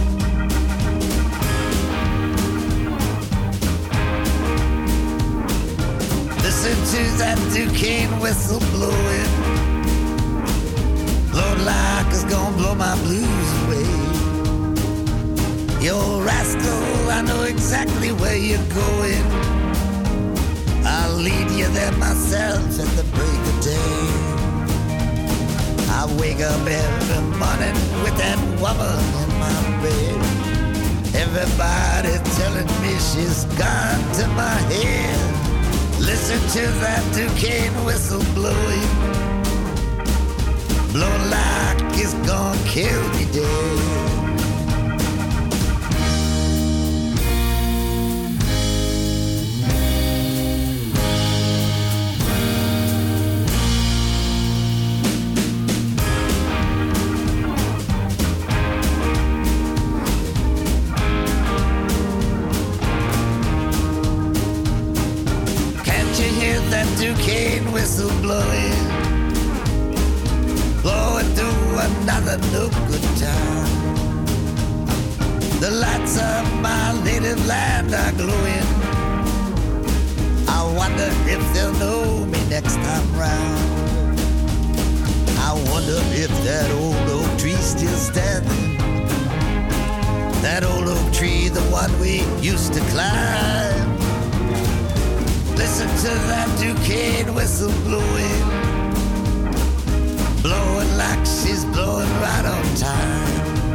Speaker 9: Listen to that Duquesne whistle blowing, blown like it's gonna blow my blues away. You rascal, I know exactly where you're going. I'll lead you there myself at the break of day. I wake up every morning with that woman in my bed. Everybody telling me she's gone to my head. Listen to that Duquesne whistle blowing, blowing like it's gonna kill me dead. whistle blowing, blowing through another no good time. The lights of my native land are glowing. I wonder if they'll know me next time round. I wonder if that old oak tree's still standing. That old oak tree, the one we used to climb. Listen to that Duquesne whistle blowing, blowing like she's blowing right on time.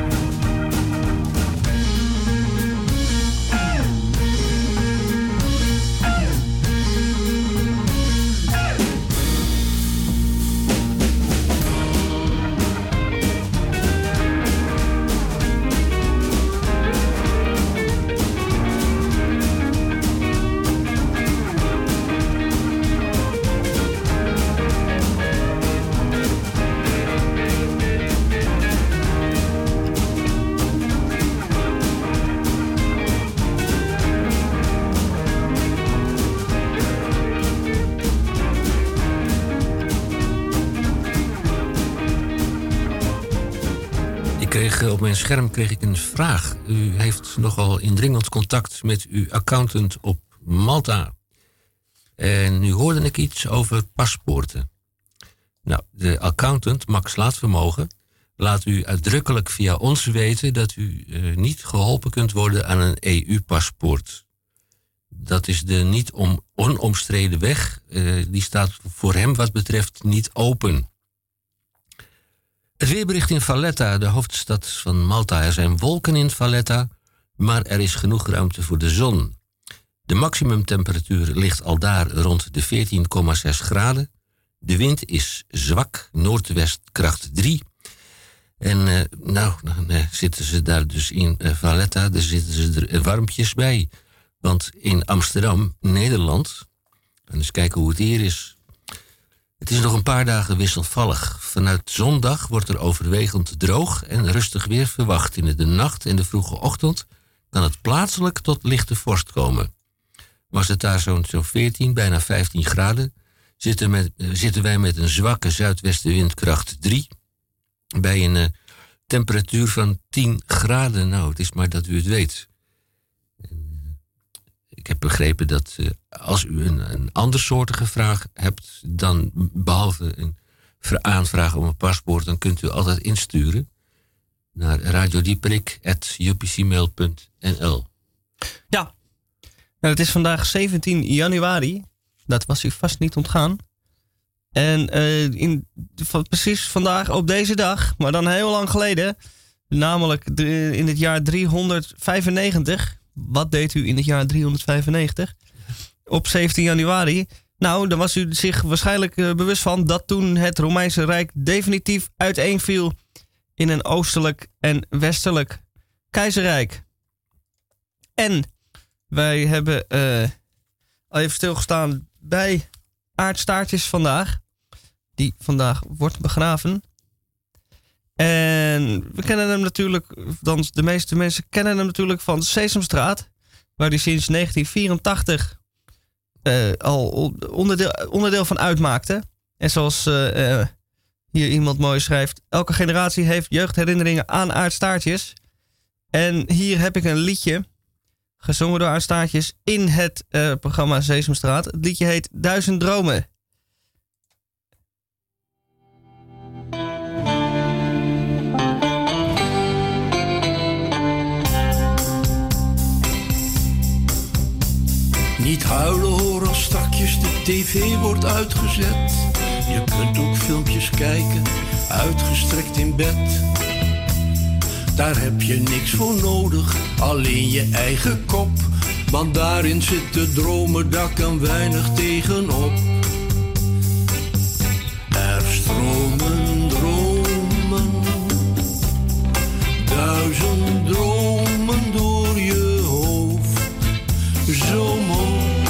Speaker 1: Op mijn scherm kreeg ik een vraag. U heeft nogal indringend contact met uw accountant op Malta. En nu hoorde ik iets over paspoorten. Nou, de accountant, Max Laatvermogen, laat u uitdrukkelijk via ons weten dat u niet geholpen kunt worden aan een EU-paspoort. Dat is de niet onomstreden weg. Die staat voor hem wat betreft niet open. Het weerbericht in Valletta, de hoofdstad van Malta. Er zijn wolken in Valletta, maar er is genoeg ruimte voor de zon. De maximumtemperatuur ligt al daar rond de 14,6 graden. De wind is zwak, noordwestkracht 3. En dan zitten ze daar dus in Valletta, daar zitten ze er warmpjes bij. Want in Amsterdam, Nederland, en eens kijken hoe het hier is. Het is nog een paar dagen wisselvallig. Vanuit zondag wordt er overwegend droog en rustig weer verwacht. In de nacht en de vroege ochtend kan het plaatselijk tot lichte vorst komen. Was het daar zo'n 14, bijna 15 graden, zitten wij met een zwakke zuidwestenwindkracht 3... bij een temperatuur van 10 graden. Nou, het is maar dat u het weet. Ik heb begrepen dat als u een andersoortige vraag hebt, dan behalve een aanvraag om een paspoort, dan kunt u altijd insturen naar radiodieprik@upcmail.nl.
Speaker 2: Ja, het is vandaag 17 januari. Dat was u vast niet ontgaan. En precies vandaag op deze dag, maar dan heel lang geleden, namelijk in het jaar 395... Wat deed u in het jaar 395? Op 17 januari. Nou, dan was u zich waarschijnlijk bewust van dat toen het Romeinse Rijk definitief uiteenviel in een oostelijk en westelijk keizerrijk. En wij hebben al even stilgestaan bij Aardstaartjes vandaag. Die vandaag wordt begraven. En we kennen hem natuurlijk, de meeste mensen kennen hem natuurlijk van de Sesamstraat, waar hij sinds 1984 al onderdeel van uitmaakte. En zoals hier iemand mooi schrijft, elke generatie heeft jeugdherinneringen aan Aardstaartjes. En hier heb ik een liedje, gezongen door Aardstaartjes, in het programma Sesamstraat. Het liedje heet 1000 Dromen.
Speaker 10: Niet huilen hoor als strakjes de tv wordt uitgezet. Je kunt ook filmpjes kijken, uitgestrekt in bed. Daar heb je niks voor nodig, alleen je eigen kop. Want daarin zitten dromen, daar kan weinig tegenop. Er stromen dromen, 1000 dromen door je hoofd. Zo mooi,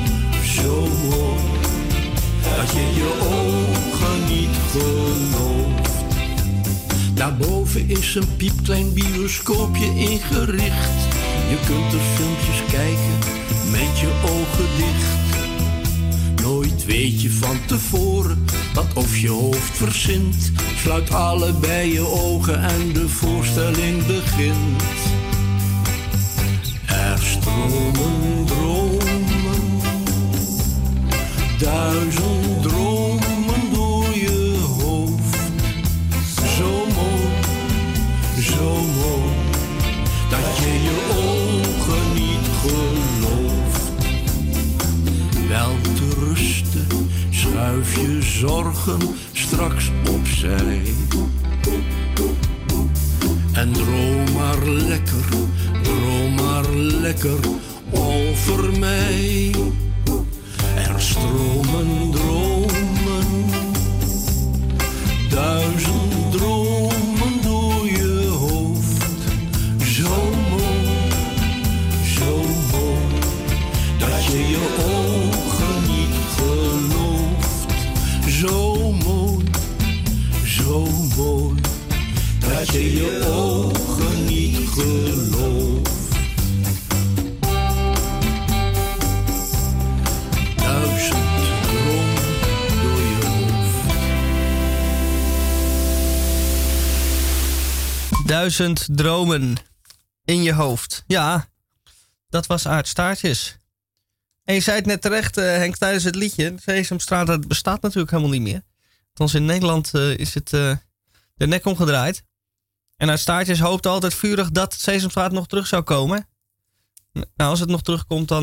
Speaker 10: dat je je ogen niet gelooft. Daarboven is een piepklein bioscoopje ingericht. Je kunt er filmpjes kijken met je ogen dicht. Nooit weet je van tevoren dat of je hoofd verzint. Sluit allebei je ogen en de voorstelling begint. Er stromen dromen, 1000 dromen door je hoofd. Zo mooi, dat je je ogen niet gelooft. Wel te rusten, schuif je zorgen straks opzij. En droom maar lekker over mij. Er stromen dromen, 1000 dromen door je hoofd. Zo mooi, dat je je ogen niet gelooft. Zo mooi, dat je je ogen niet gelooft. 1000 dromen door je hoofd.
Speaker 2: 1000 dromen in je hoofd. Ja, dat was Aart Staartjes. En je zei het net terecht, Henk, tijdens het liedje. Sesamstraat, dat bestaat natuurlijk helemaal niet meer. Althans in Nederland is het de nek omgedraaid. En Aart Staartjes hoopte altijd vurig dat Sesamstraat nog terug zou komen. Nou, als het nog terugkomt, dan...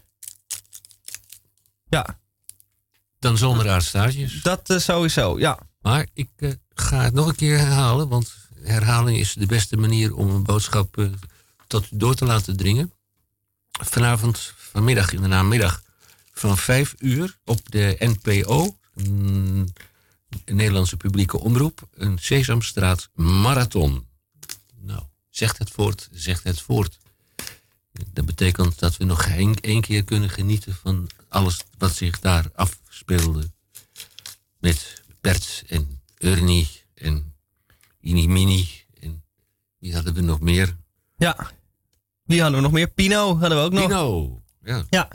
Speaker 2: ja.
Speaker 1: Dan zonder Aart Staartjes.
Speaker 2: Dat sowieso, ja.
Speaker 1: Maar ik ga het nog een keer herhalen, want herhaling is de beste manier om een boodschap tot u door te laten dringen. Vanmiddag in de namiddag van 5 uur op de NPO, een Nederlandse publieke omroep, een Sesamstraat marathon. Nou, zegt het voort. Dat betekent dat we nog één keer kunnen genieten van alles wat zich daar afspeelde. Met Bert en Ernie en Inimini en wie hadden we nog meer?
Speaker 2: Ja, wie hadden we nog meer? Pino hadden we ook nog.
Speaker 1: Pino, ja.
Speaker 2: Ja.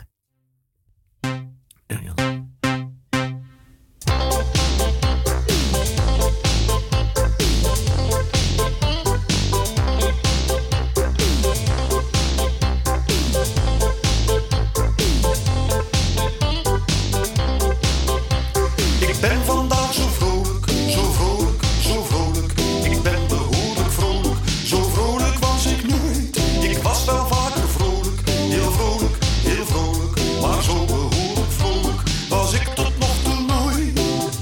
Speaker 5: Ik ben vandaag zo vrolijk, zo vrolijk, zo vrolijk. Ik ben behoorlijk vrolijk, zo vrolijk was ik nooit. Ik was wel vaker vrolijk, heel vrolijk, heel vrolijk. Maar zo behoorlijk vrolijk was ik tot nog toe nooit.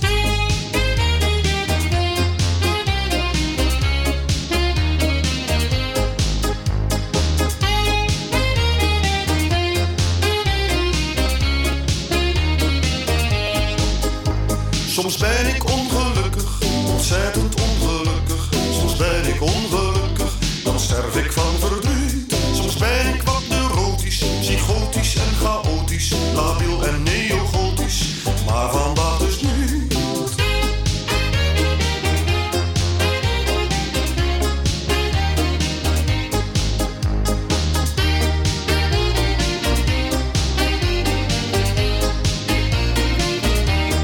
Speaker 5: Soms ben ik ongelukkig, ontzettend ongelukkig. Soms ben ik ongelukkig, dan sterf ik van verdriet. Soms ben ik wat neurotisch, psychotisch en chaotisch, labiel en neogotisch, maar vandaag dus niet.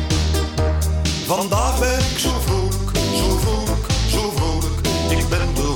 Speaker 5: Vandaag ben ik zo vrolijk, zo vrolijk, zo vrolijk. Ik ben behoorlijk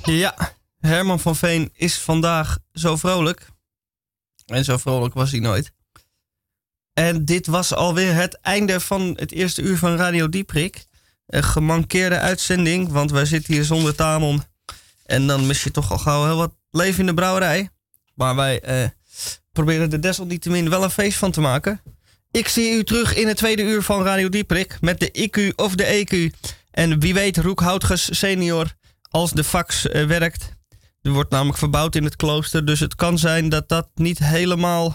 Speaker 2: Ja, Herman van Veen is vandaag zo vrolijk. En zo vrolijk was hij nooit. En dit was alweer het einde van het eerste uur van Radio Dieprik. Een gemankeerde uitzending, want wij zitten hier zonder Tamon. En dan mis je toch al gauw heel wat leven in de brouwerij. Maar wij proberen er desalniettemin wel een feest van te maken. Ik zie u terug in het tweede uur van Radio Dieprik met de IQ of de EQ. En wie weet Roek Houtges senior als de fax werkt. Er wordt namelijk verbouwd in het klooster, dus het kan zijn dat dat niet helemaal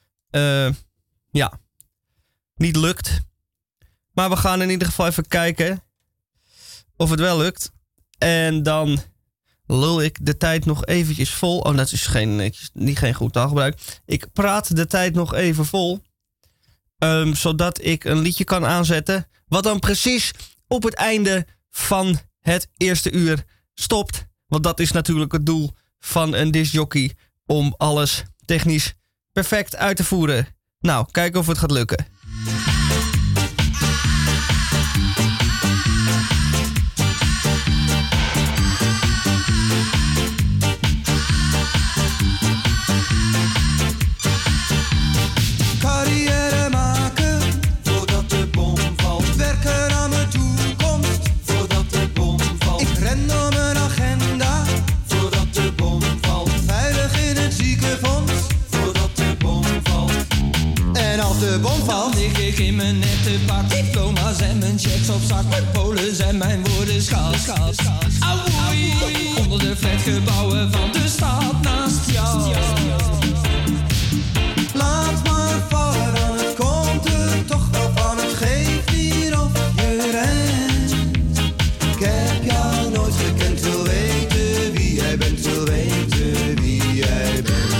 Speaker 2: niet lukt. Maar we gaan in ieder geval even kijken of het wel lukt. En dan lul ik de tijd nog eventjes vol. Oh, dat is geen goed taalgebruik. Ik praat de tijd nog even vol. Zodat ik een liedje kan aanzetten. Wat dan precies op het einde van het eerste uur stopt. Want dat is natuurlijk het doel van een discjockey. Om alles technisch perfect uit te voeren. Nou, kijken of het gaat lukken.
Speaker 5: Carrière maken voordat de bom valt. Werken aan mijn toekomst voordat de bom valt. Ik ren door mijn agenda voordat de bom valt. Veilig in het ziekenfonds voordat de bom valt. En als de bom valt,
Speaker 11: dan lig ik in mijn nette pak. Diploma's en mijn checks op zak. Mijn polen en mijn woorden schaals. Auwoei, onder de flatgebouwen van de stad naast jou.
Speaker 5: Laat maar vallen, dan het komt er toch wel van. Het geeft hier of je rent. Ik heb jou nooit gekend, wil weten wie jij bent, wil weten wie jij bent.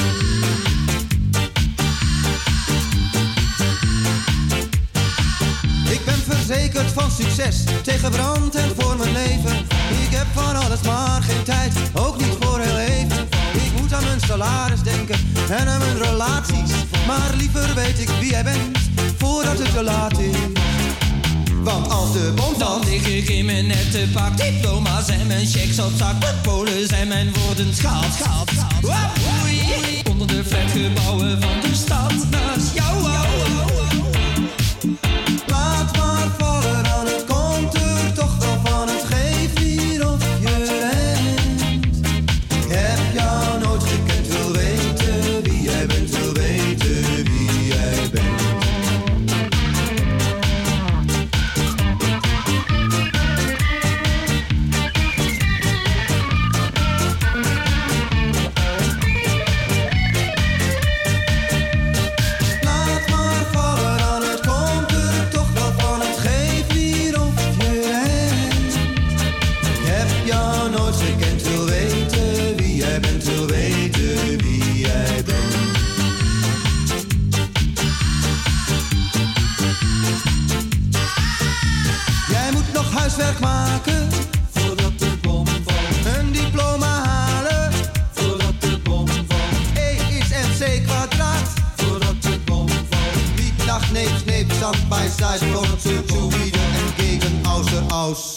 Speaker 5: Ik ben verzekerd van succes, tegen brand en voor mijn leven. Ik heb van alles maar geen tijd, ook niet voor heel even. Ik moet aan mijn salaris denken en aan mijn relaties. Maar liever weet ik wie jij bent, voordat het te laat is. Want als de bom valt,
Speaker 11: dan lig ik in mijn nette pak. Diploma's en mijn checks op zak. Mijn polen en mijn woorden schaals. Auwoei, onder de flatgebouwen van de stad naast jou.
Speaker 5: Laat maar vallen, dan het komt er toch wel van. Het geeft hier of je rent. Ik heb jou nooit gekend, wil weten wie jij bent, wil weten wie jij bent. Laat maar vallen, dan het komt er toch wel van. Het geeft hier of je rent. Ik heb jou nooit gekend, wil weten wie jij bent, wil weten wie jij bent. Jij moet nog huiswerk maken voordat de bom valt. Een diploma halen voordat de bom valt. E is MC kwadraat voordat de bom valt. Wiet, nacht, neep, sneep, zand, bij, side, voordat ze zuiden en gegen, außer, aus.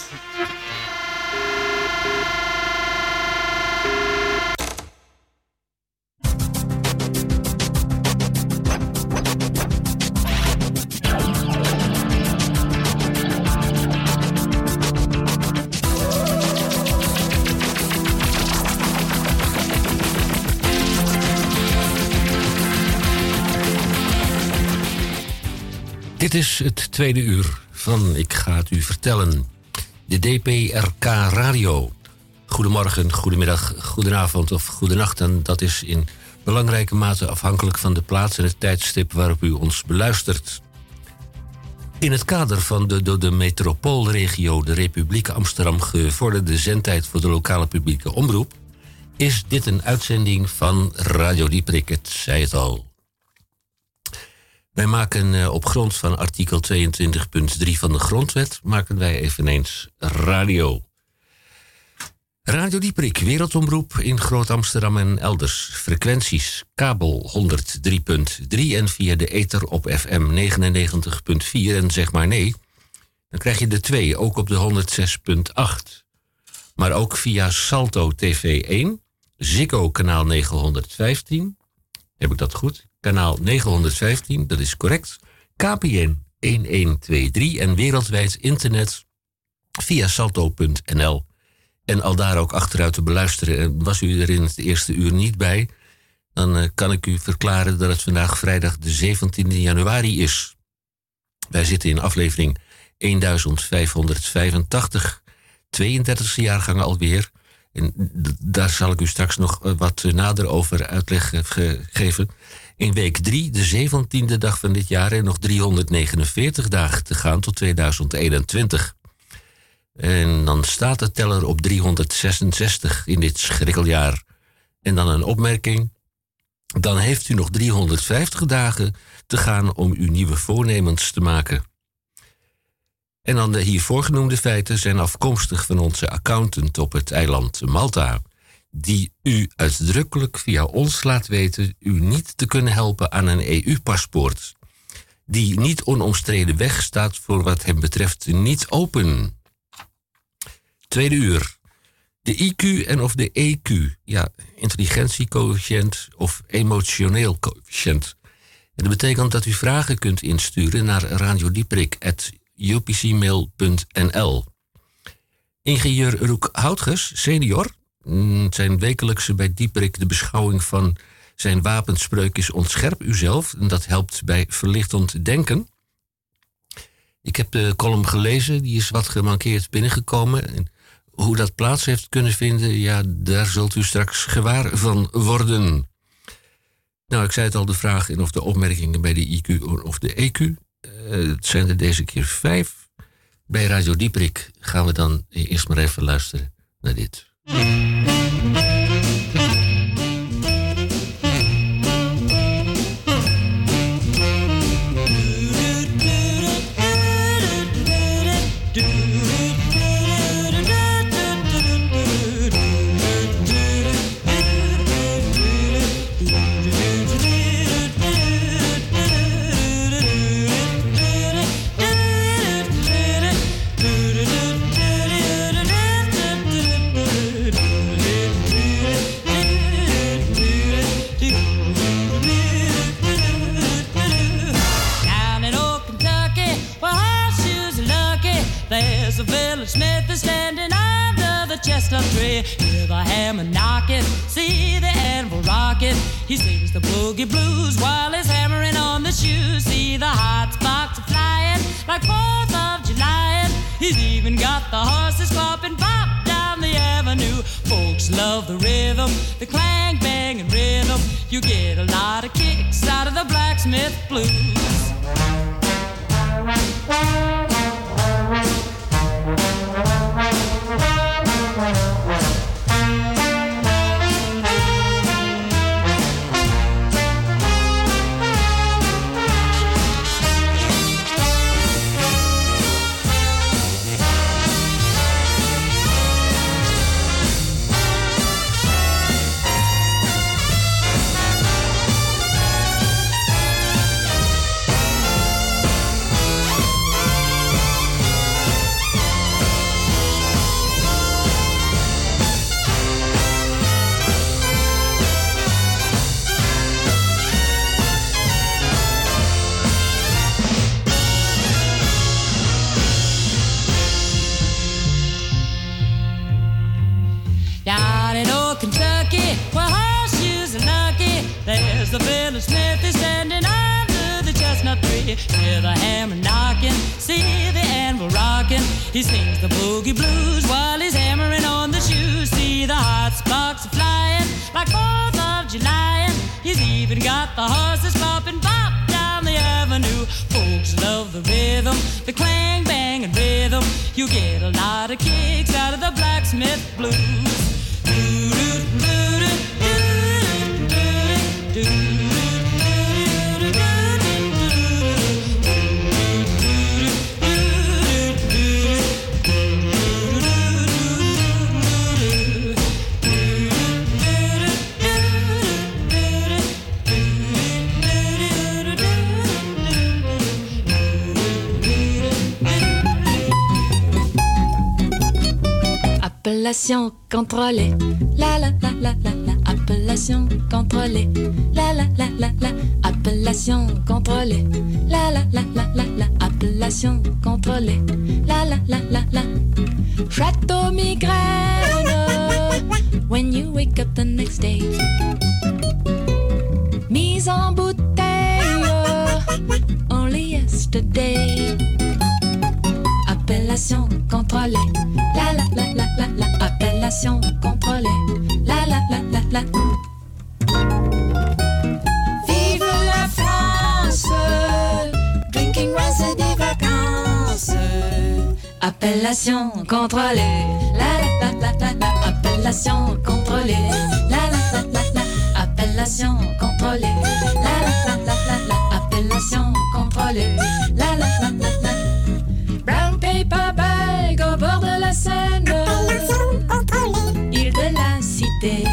Speaker 1: Dit is het tweede uur van Ik ga het u vertellen. De DPRK Radio. Goedemorgen, goedemiddag, goedenavond of goedenacht. En dat is in belangrijke mate afhankelijk van de plaats en het tijdstip waarop u ons beluistert. In het kader van de door de metropoolregio de Republiek Amsterdam gevorderde zendtijd voor de lokale publieke omroep is dit een uitzending van Radio Dieprik, het zei het al. Wij maken op grond van artikel 22.3 van de Grondwet maken wij eveneens radio. Radio Dieprik, wereldomroep in Groot-Amsterdam en elders. Frequenties, kabel 103.3 en via de ether op FM 99.4 en zeg maar nee. Dan krijg je de 2, ook op de 106.8. Maar ook via Salto TV 1, Ziggo kanaal 915. Heb ik dat goed? Kanaal 915, dat is correct. KPN 1123 en wereldwijd internet via salto.nl. En al daar ook achteruit te beluisteren. En was u er in het eerste uur niet bij, dan kan ik u verklaren dat het vandaag vrijdag de 17e januari is. Wij zitten in aflevering 1585, 32e jaargang alweer. En daar zal ik u straks nog wat nader over uitleg geven. In week 3, de 17e dag van dit jaar, en nog 349 dagen te gaan tot 2021. En dan staat de teller op 366 in dit schrikkeljaar. En dan een opmerking. Dan heeft u nog 350 dagen te gaan om uw nieuwe voornemens te maken. En dan de hier voorgenoemde feiten zijn afkomstig van onze accountant op het eiland Malta, die u uitdrukkelijk via ons laat weten u niet te kunnen helpen aan een EU-paspoort, die niet onomstreden weg staat voor wat hem betreft niet open. Tweede uur. De IQ en of de EQ, ja, intelligentiecoëfficiënt of emotioneel coëfficiënt. En dat betekent dat u vragen kunt insturen naar radiodieprik@upcmail.nl. Ingenieur Roek Houtges, senior, zijn wekelijkse bij Dieprik de beschouwing van zijn wapenspreuk is ontscherp uzelf. En dat helpt bij verlichtend denken. Ik heb de column gelezen, die is wat gemankeerd binnengekomen. En hoe dat plaats heeft kunnen vinden, ja, daar zult u straks gewaar van worden. Nou, ik zei het al, de vraag en of de opmerkingen bij de IQ of de EQ. Het zijn er deze keer 5. Bij Radio Dieprik gaan we dan eerst maar even luisteren naar dit.
Speaker 11: Smith is standing under the chestnut tree. Hear the hammer knocking, see the anvil rocking. He sings the boogie blues while he's hammering on the shoes. See the hot sparks are flying like 4th of July. He's even got the horses clopping pop down the avenue. Folks love the rhythm, the clang, bang, and rhythm. You get a lot of kicks out of the blacksmith blues. The village smith is standing under the chestnut tree. Hear the hammer knocking, see the anvil rocking. He sings the boogie blues while he's hammering on the shoes. See the hot sparks flying like 4th of July. He's even got the horses clopping pop down the avenue. Folks love the rhythm, the clang, bang, and rhythm. You get a lot of kicks out of the blacksmith blues.
Speaker 12: Appellation contrôlée. La la la la la la. Appellation contrôlée. La la la la la. Appellation contrôlée. La la la la la la. Appellation contrôlée. La la la la la. Château migraine. When you wake up the next day. Mise en bouteille. Only yesterday. Appellation contrôlée. La la la la la la. Appellation contrôlée. La la la la la. Vive la France. Drinking was des vacances. Appellation contrôlée. La la la la la. Appellation contrôlée. La la la la la. Appellation contrôlée. La la la la la. Appellation contrôlée. La la la la la. Brown paper bag au bord de la Seine. Île de la Cité.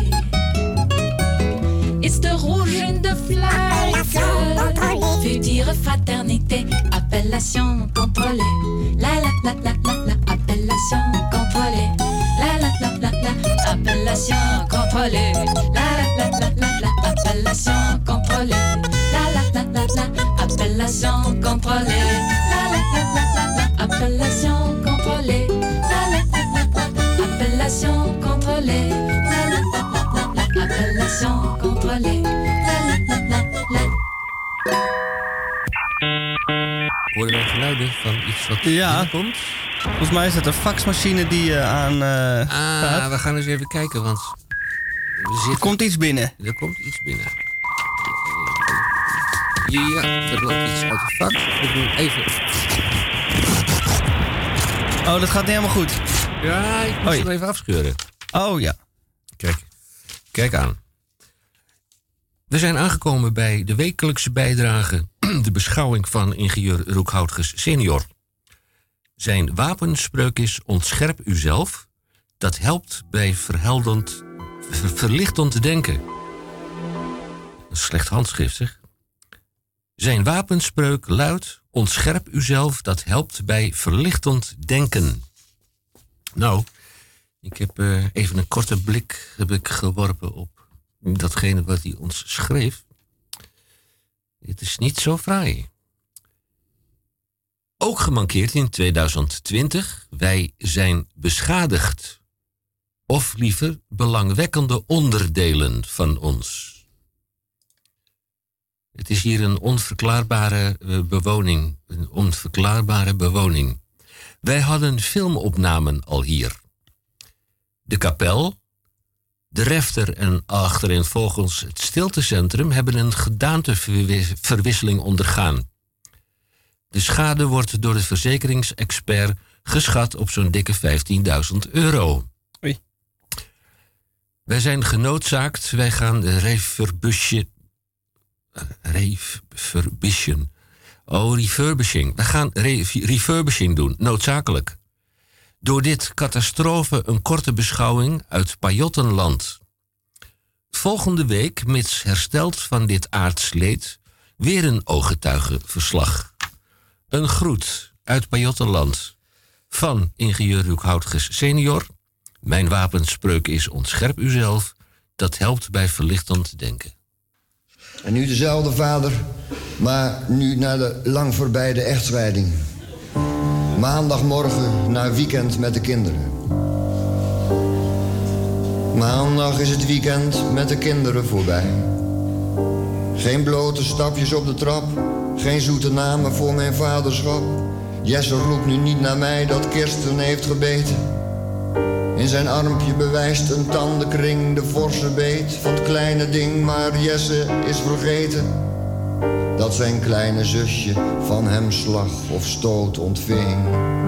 Speaker 12: It's de rouge in the flag. Future fraternité. Appellation contrôlée. La la la la la la. Appellation contrôlée. La la la la la. Appellation contrôlée. La la la la la la. Appellation contrôlée. La la la la la. Appellation contrôlée. La la la la la. Appellation contrôlée. La la la la la. Appellation contrôlée. La la la la la. Appellation contrôlée. La la la la la.
Speaker 1: Hoorden wij geluiden van iets wat binnenkomt?
Speaker 2: Volgens mij is het een faxmachine die aan gaat.
Speaker 1: We gaan eens even kijken, want...
Speaker 2: Er komt iets binnen.
Speaker 1: Er komt iets binnen. Ja, er loopt iets uit de fax. We doen even...
Speaker 2: Oh, dat gaat niet helemaal goed.
Speaker 1: Ja, ik moet het even afscheuren.
Speaker 2: Oh, ja.
Speaker 1: Kijk aan. We zijn aangekomen bij de wekelijkse bijdrage... de beschouwing van ingenieur Roekhoutges senior. Zijn wapenspreuk is ontscherp uzelf. Dat helpt bij verlichtend denken. Een slecht handschrift, zeg. Zijn wapenspreuk luidt... ontscherp uzelf, dat helpt bij verlichtend denken. Nou, ik heb even een korte blik geworpen op datgene wat hij ons schreef. Het is niet zo fraai. Ook gemankeerd in 2020. Wij zijn beschadigd. Of liever belangwekkende onderdelen van ons. Het is hier een onverklaarbare bewoning. Een onverklaarbare bewoning. Wij hadden filmopnamen al hier. De kapel, de refter en achtereenvolgens het stiltecentrum hebben een gedaanteverwisseling ondergaan. De schade wordt door de verzekeringsexpert geschat op zo'n dikke €15.000.
Speaker 2: Oei.
Speaker 1: Wij zijn genoodzaakt, wij gaan refurbishen. Refurbishing. We gaan refurbishing doen, noodzakelijk. Door dit catastrofe een korte beschouwing uit Pajottenland. Volgende week, mits hersteld van dit aardsleed, weer een ooggetuigenverslag. Een groet uit Pajottenland van ingenieur Roekhoutges senior. Mijn wapenspreuk is ontscherp uzelf. Dat helpt bij verlichtend denken.
Speaker 6: En nu dezelfde vader, maar nu na de lang voorbijde echtscheiding. Maandagmorgen naar weekend met de kinderen. Maandag is het weekend met de kinderen voorbij. Geen blote stapjes op de trap, geen zoete namen voor mijn vaderschap. Jesse roept nu niet naar mij dat Kirsten heeft gebeten. In zijn armpje bewijst een tandenkring de forse beet van het kleine ding, maar Jesse is vergeten dat zijn kleine zusje van hem slag of stoot ontving.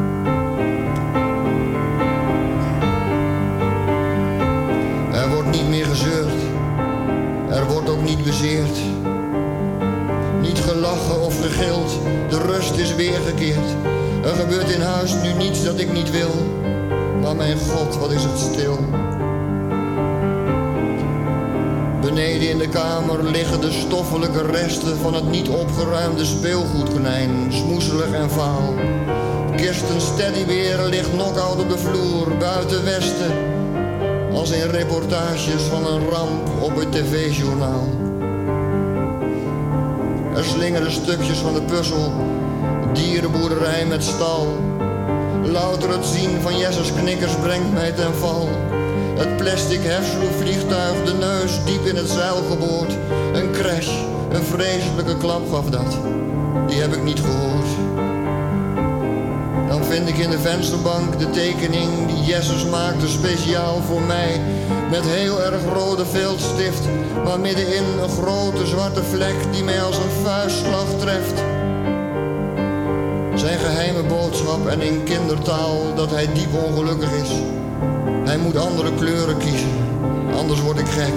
Speaker 6: Er wordt niet meer gezeurd, er wordt ook niet bezeerd. Niet gelachen of gegild, de rust is weergekeerd. Er gebeurt in huis nu niets dat ik niet wil. Maar mijn God, wat is het stil. Beneden in de kamer liggen de stoffelijke resten van het niet opgeruimde speelgoedkonijn, smoezelig en vaal. kist een steadybeer ligt knock-out op de vloer buiten Westen. Als in reportages van een ramp op het tv-journaal. Er slingeren stukjes van de puzzel, dierenboerderij met stal. Louter het zien van Jesses knikkers brengt mij ten val. Het plastic hefsloevliegtuig, de neus diep in het zeil geboord. Een crash, een vreselijke klap gaf dat. Die heb ik niet gehoord. Dan vind ik in de vensterbank de tekening die Jesses maakte speciaal voor mij. Met heel erg rode viltstift, maar middenin een grote zwarte vlek die mij als een vuistslag treft. Zijn geheime boodschap en in kindertaal dat hij diep ongelukkig is. Hij moet andere kleuren kiezen, anders word ik gek.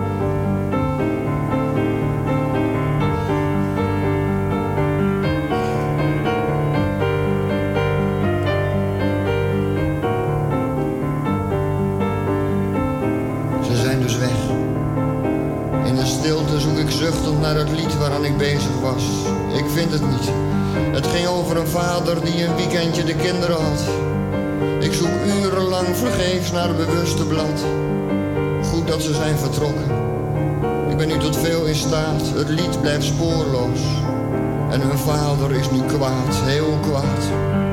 Speaker 6: Ze zijn dus weg. In de stilte zoek ik zuchtend naar het lied waaraan ik bezig was. Ik vind het niet. Het ging over een vader die een weekendje de kinderen had. Ik zoek urenlang vergeefs naar het bewuste blad. Goed dat ze zijn vertrokken. Ik ben nu tot veel in staat. Het lied blijft spoorloos. En hun vader is nu kwaad, heel kwaad.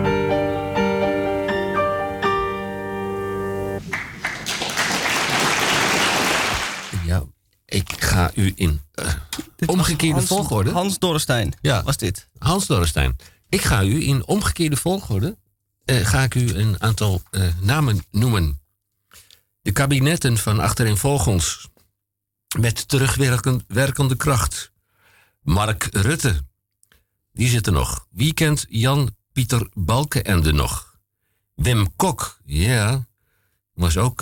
Speaker 1: Ja, ik ga u in omgekeerde volgorde.
Speaker 2: Hans Dorrestein was dit.
Speaker 1: Hans Dorrestein. Ik ga u in omgekeerde volgorde ga ik u een aantal namen noemen. De kabinetten van achtereenvolgens met terugwerkende kracht. Mark Rutte, die zit er nog. Wie kent Jan-Pieter Balkenende nog? Wim Kok, ja, was ook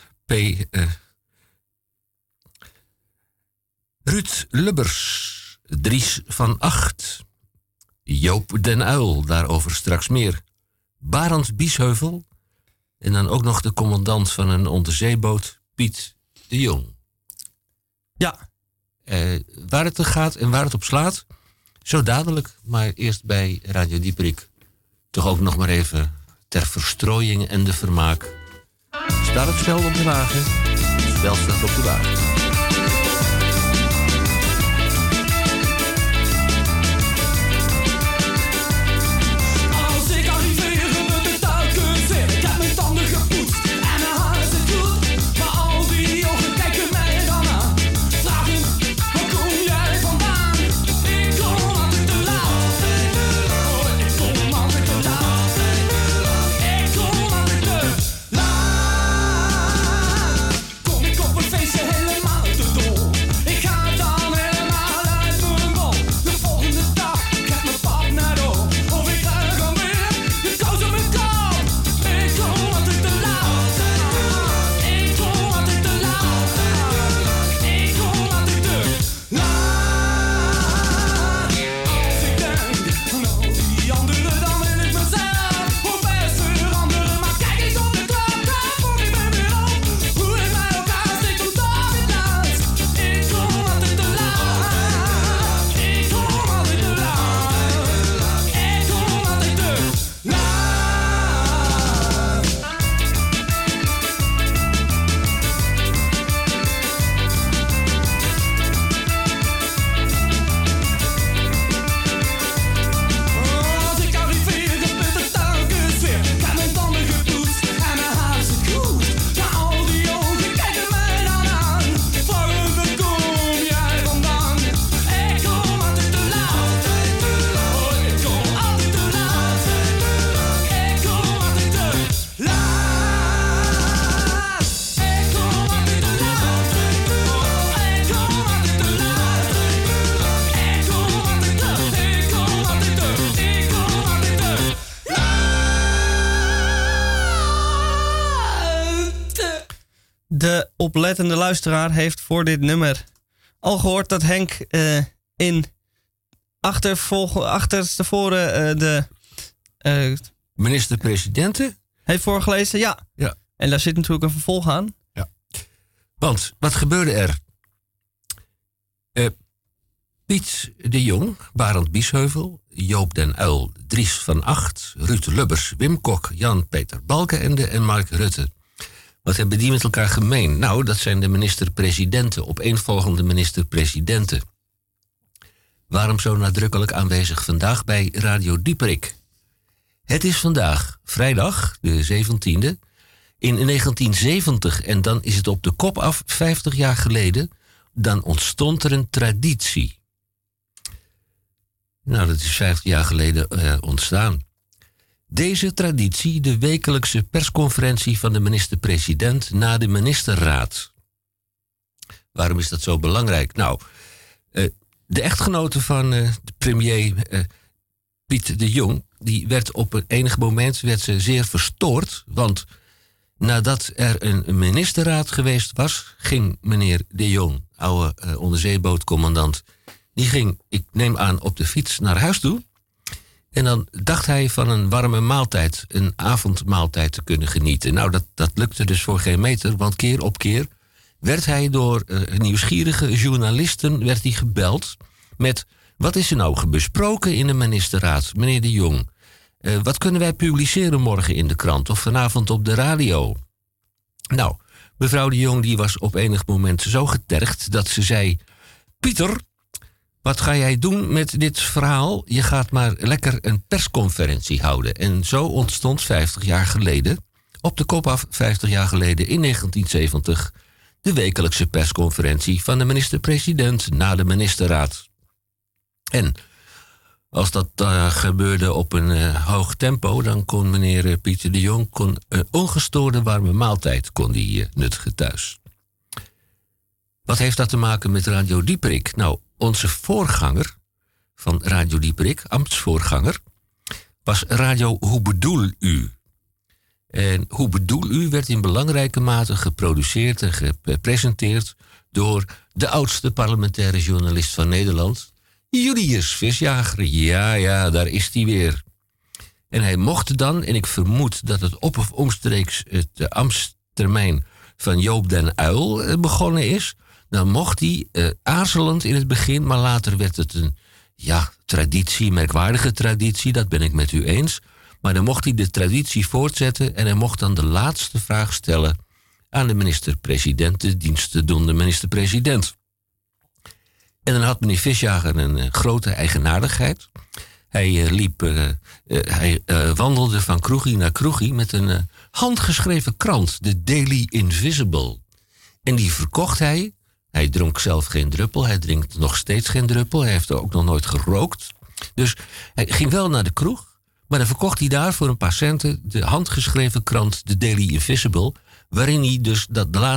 Speaker 1: Ruud Lubbers, Dries van Acht, Joop den Uyl, daarover straks meer. Barend Biesheuvel en dan ook nog de commandant van een onderzeeboot, Piet de Jong.
Speaker 2: Ja.
Speaker 1: Waar het er gaat en waar het op slaat, zo dadelijk, maar eerst bij Radio Dieperik. Toch ook nog maar even ter verstrooiing en de vermaak. Staat het spel op de wagen? Het spel staat op de wagen.
Speaker 2: De oplettende luisteraar heeft voor dit nummer al gehoord dat Henk in achterstevoren de
Speaker 1: minister-presidenten
Speaker 2: heeft voorgelezen. Ja. En daar zit natuurlijk een vervolg aan.
Speaker 1: Ja. Want wat gebeurde er? Piet de Jong, Barend Biesheuvel, Joop den Uyl, Dries van Acht, Ruud Lubbers, Wim Kok, Jan-Peter Balkenende en Mark Rutte. Wat hebben die met elkaar gemeen? Nou, dat zijn de minister-presidenten, opeenvolgende minister-presidenten. Waarom zo nadrukkelijk aanwezig vandaag bij Radio Dieperik? Het is vandaag, vrijdag, de 17e, in 1970, en dan is het op de kop af, 50 jaar geleden, dan ontstond er een traditie. Nou, dat is 50 jaar geleden ontstaan. Deze traditie, de wekelijkse persconferentie van de minister-president na de ministerraad. Waarom is dat zo belangrijk? Nou, de echtgenote van de premier Piet de Jong, die werd op een enig moment zeer verstoord, want nadat er een ministerraad geweest was, ging meneer de Jong, oude onderzeebootcommandant, die ging, ik neem aan, op de fiets naar huis toe. En dan dacht hij van een warme maaltijd, een avondmaaltijd te kunnen genieten. Nou, dat lukte dus voor geen meter, want keer op keer werd hij door nieuwsgierige journalisten werd hij gebeld met: wat is er nou besproken in de ministerraad, meneer de Jong? Wat kunnen wij publiceren morgen in de krant of vanavond op de radio? Nou, mevrouw de Jong die was op enig moment zo getergd dat ze zei: Pieter, wat ga jij doen met dit verhaal? Je gaat maar lekker een persconferentie houden. En zo ontstond 50 jaar geleden, op de kop af 50 jaar geleden in 1970... de wekelijkse persconferentie van de minister-president na de ministerraad. En als dat gebeurde op een hoog tempo, dan kon meneer Pieter de Jong een ongestoorde warme maaltijd nuttigen thuis. Wat heeft dat te maken met Radio Dieperik? Nou, onze voorganger van Radio Dieperik, ambtsvoorganger, was Radio Hoe bedoel u? En Hoe bedoel u werd in belangrijke mate geproduceerd en gepresenteerd door de oudste parlementaire journalist van Nederland, Julius Visjager. Ja, daar is hij weer. En hij mocht dan, en ik vermoed dat het op of omstreeks het ambtstermijn van Joop den Uyl begonnen is, dan mocht hij aarzelend in het begin, maar later werd het een traditie, merkwaardige traditie, dat ben ik met u eens. Maar dan mocht hij de traditie voortzetten en hij mocht dan de laatste vraag stellen aan de minister-president, de dienstdoende minister-president. En dan had meneer Visjager een grote eigenaardigheid. Hij wandelde van kroegie naar kroegie met een handgeschreven krant, de Daily Invisible. En die verkocht hij. Hij dronk zelf geen druppel, hij drinkt nog steeds geen druppel. Hij heeft er ook nog nooit gerookt. Dus hij ging wel naar de kroeg, maar dan verkocht hij daar voor een paar centen de handgeschreven krant, de Daily Invisible, waarin hij dus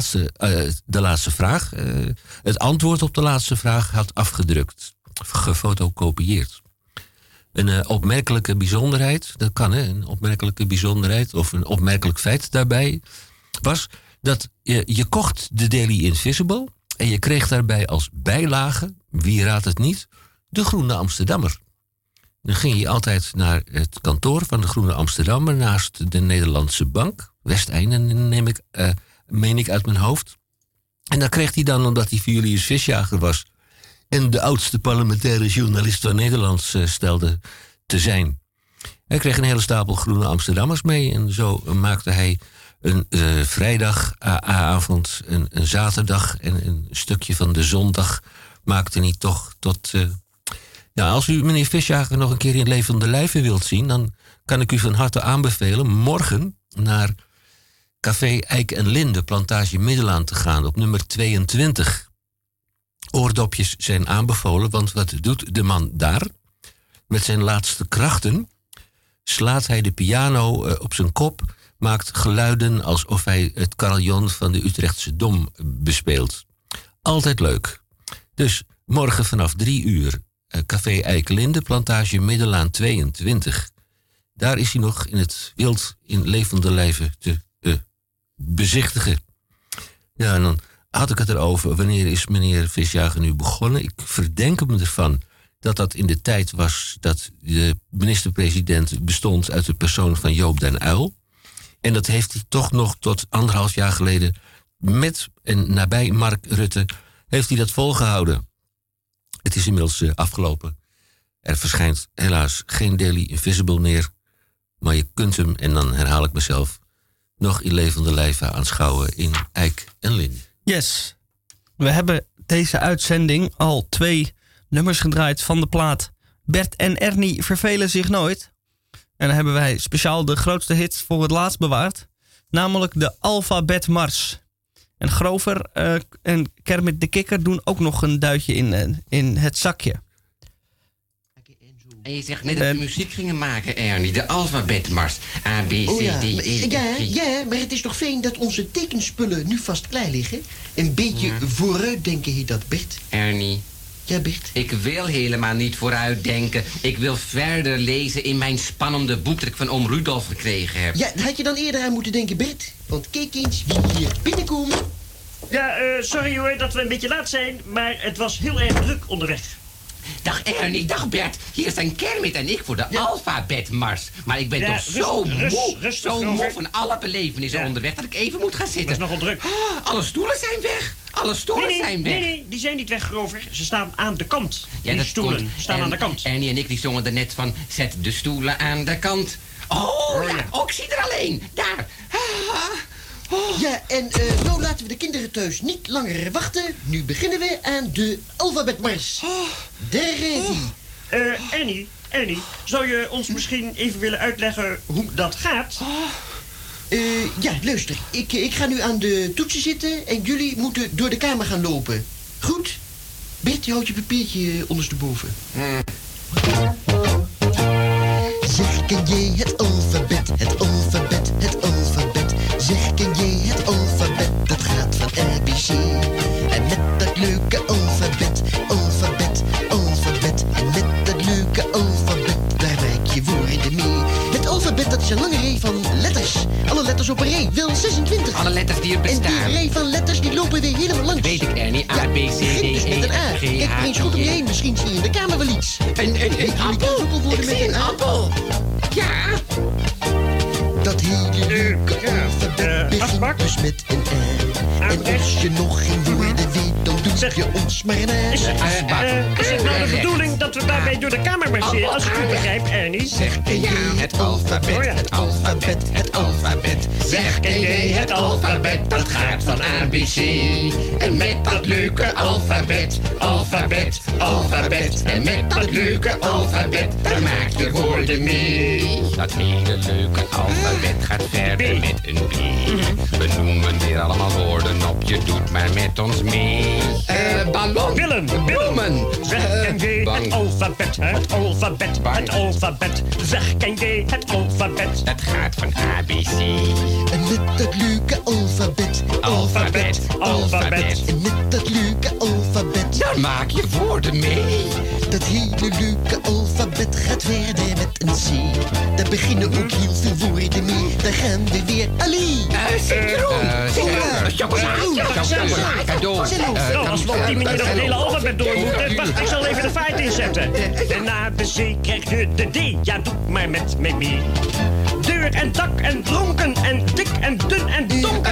Speaker 1: de laatste vraag, het antwoord op de laatste vraag had afgedrukt, gefotokopieerd. Een opmerkelijke bijzonderheid, dat kan hè, een opmerkelijke bijzonderheid of een opmerkelijk feit daarbij was dat je kocht de Daily Invisible en je kreeg daarbij als bijlage, wie raadt het niet, de Groene Amsterdammer. Dan ging je altijd naar het kantoor van de Groene Amsterdammer naast de Nederlandse Bank, Westeinde meen ik uit mijn hoofd. En dan kreeg hij dan, omdat hij Julius Visjager was en de oudste parlementaire journalist van Nederland stelde te zijn, hij kreeg een hele stapel Groene Amsterdammers mee en zo maakte hij een vrijdagavond, een zaterdag en een stukje van de zondag maakte hij toch tot... als u meneer Visjager nog een keer in levende lijve wilt zien, dan kan ik u van harte aanbevelen morgen naar Café Eik en Linde, Plantage Middelaan te gaan, op nummer 22. Oordopjes zijn aanbevolen, want wat doet de man daar? Met zijn laatste krachten slaat hij de piano op zijn kop, maakt geluiden alsof hij het carillon van de Utrechtse Dom bespeelt. Altijd leuk. Dus morgen vanaf 3 uur, Café Eikelinde, Plantage Middelaan 22. Daar is hij nog in het wild in levende lijven te bezichtigen. Ja, en dan had ik het erover, wanneer is meneer Visjager nu begonnen? Ik verdenk hem ervan dat in de tijd was dat de minister-president bestond uit de persoon van Joop den Uyl. En dat heeft hij toch nog tot 1,5 jaar geleden met en nabij Mark Rutte heeft hij dat volgehouden. Het is inmiddels afgelopen. Er verschijnt helaas geen Daily Invisible meer. Maar je kunt hem, en dan herhaal ik mezelf, nog in levende lijven aanschouwen in Eik en Lin.
Speaker 2: Yes. We hebben deze uitzending al 2 nummers gedraaid van de plaat Bert en Ernie vervelen zich nooit. En dan hebben wij speciaal de grootste hits voor het laatst bewaard. Namelijk de Alphabet Mars. En Grover en Kermit de Kikker doen ook nog een duitje in het zakje.
Speaker 3: En je zegt net dat we muziek gingen maken, Ernie. De alfabetmars. A, B, C, D, E, F, G.
Speaker 4: Ja, maar het is toch fijn dat onze tekenspullen nu vast klaar liggen? Een beetje vooruitdenken heet dat, Bert.
Speaker 3: Ernie.
Speaker 4: Ja, Bert?
Speaker 3: Ik wil helemaal niet vooruitdenken. Ik wil verder lezen in mijn spannende boek dat ik van oom Rudolf gekregen heb.
Speaker 4: Ja, daar had je dan eerder aan moeten denken, Bert. Want kijk eens wie hier binnenkomen.
Speaker 13: Ja, sorry hoor dat we een beetje laat zijn, maar het was heel erg druk onderweg.
Speaker 3: Dag Ernie, dag Bert. Hier zijn Kermit en ik voor de alfabetmars. Maar ik ben toch zo moe van alle belevenissen onderweg dat ik even moet gaan zitten.
Speaker 13: Dat is nogal druk.
Speaker 3: Alle stoelen zijn weg. Alle stoelen zijn weg.
Speaker 13: Nee, die zijn niet weg, Grover. Ze staan aan de kant.
Speaker 3: Ja,
Speaker 13: die stoelen staan aan de kant.
Speaker 3: Ernie en ik die zongen er net van, zet de stoelen aan de kant. Oh ja, ik zie er alleen. Daar.
Speaker 4: Ja, en nou laten we de kinderen thuis niet langer wachten. Nu beginnen we aan de alfabetmars. Daar rijdt
Speaker 13: Ernie, zou je ons misschien even willen uitleggen hoe dat gaat?
Speaker 4: Ja, luister. Ik ga nu aan de toetsen zitten en jullie moeten door de kamer gaan lopen. Goed? Bert, je houdt je papiertje ondersteboven. Zeg, ken jij het alfabet, het alfabet, het alfabet? Zeg, ken jij het alfabet, dat gaat van ABC. En met dat leuke alfabet, alfabet, alfabet. En met dat leuke alfabet, daar maak je woorden mee. Het alfabet, dat is een lange rij van letters. Alle letters op een rij, wel 26.
Speaker 3: Alle letters die er bestaan.
Speaker 4: En die rij van letters, die lopen weer helemaal langs.
Speaker 3: Weet ik, Ernie. A, B, C, D, E,
Speaker 4: dus met een A.
Speaker 3: F, G,
Speaker 4: Kijk maar eens goed om je heen, misschien zie je in de kamer wel iets.
Speaker 3: Een appel. Ik zie een appel. Ja.
Speaker 4: Dat hele leuke alfabet begint dus met een A. En als je nog geen woorden weet, dan doe je ons maar na.
Speaker 13: Is het nou de bedoeling dat we daarbij door de kamer marcheren, als ik het begrijp, Ernie?
Speaker 3: Zeg, ken jij het alfabet, het alfabet, het alfabet? Zeg, ken jij het alfabet, dat gaat van A, B, C. En met dat leuke alfabet, alfabet, alfabet. En met dat leuke alfabet, daar maak je woorden mee. Dat hele leuke alfabet gaat verder met een B. We noemen weer allemaal woorden op, je doet maar met ons mee. Ballon, bloemen.
Speaker 13: Zeg, ken jij het alfabet, het alfabet, het alfabet? Zeg, ken jij het alfabet?
Speaker 3: Dat gaat van A, B, C.
Speaker 4: En met dat leuke alfabet,
Speaker 3: alfabet, alfabet.
Speaker 4: En met dat leuke alfabet,
Speaker 3: dan maak je woorden mee.
Speaker 4: Dat hele leuke alfabet gaat verder met een C. Daar beginnen ook heel veel woorden mee. Daar gaan we weer. Ali!
Speaker 13: Nou, als we op die manier nog het hele alfabet door moeten, wacht, ik zal even de vaart inzetten. En na de C krijg je de D. Ja, doe maar met me mee. Deur en dak en dronken en dik en dun en donker.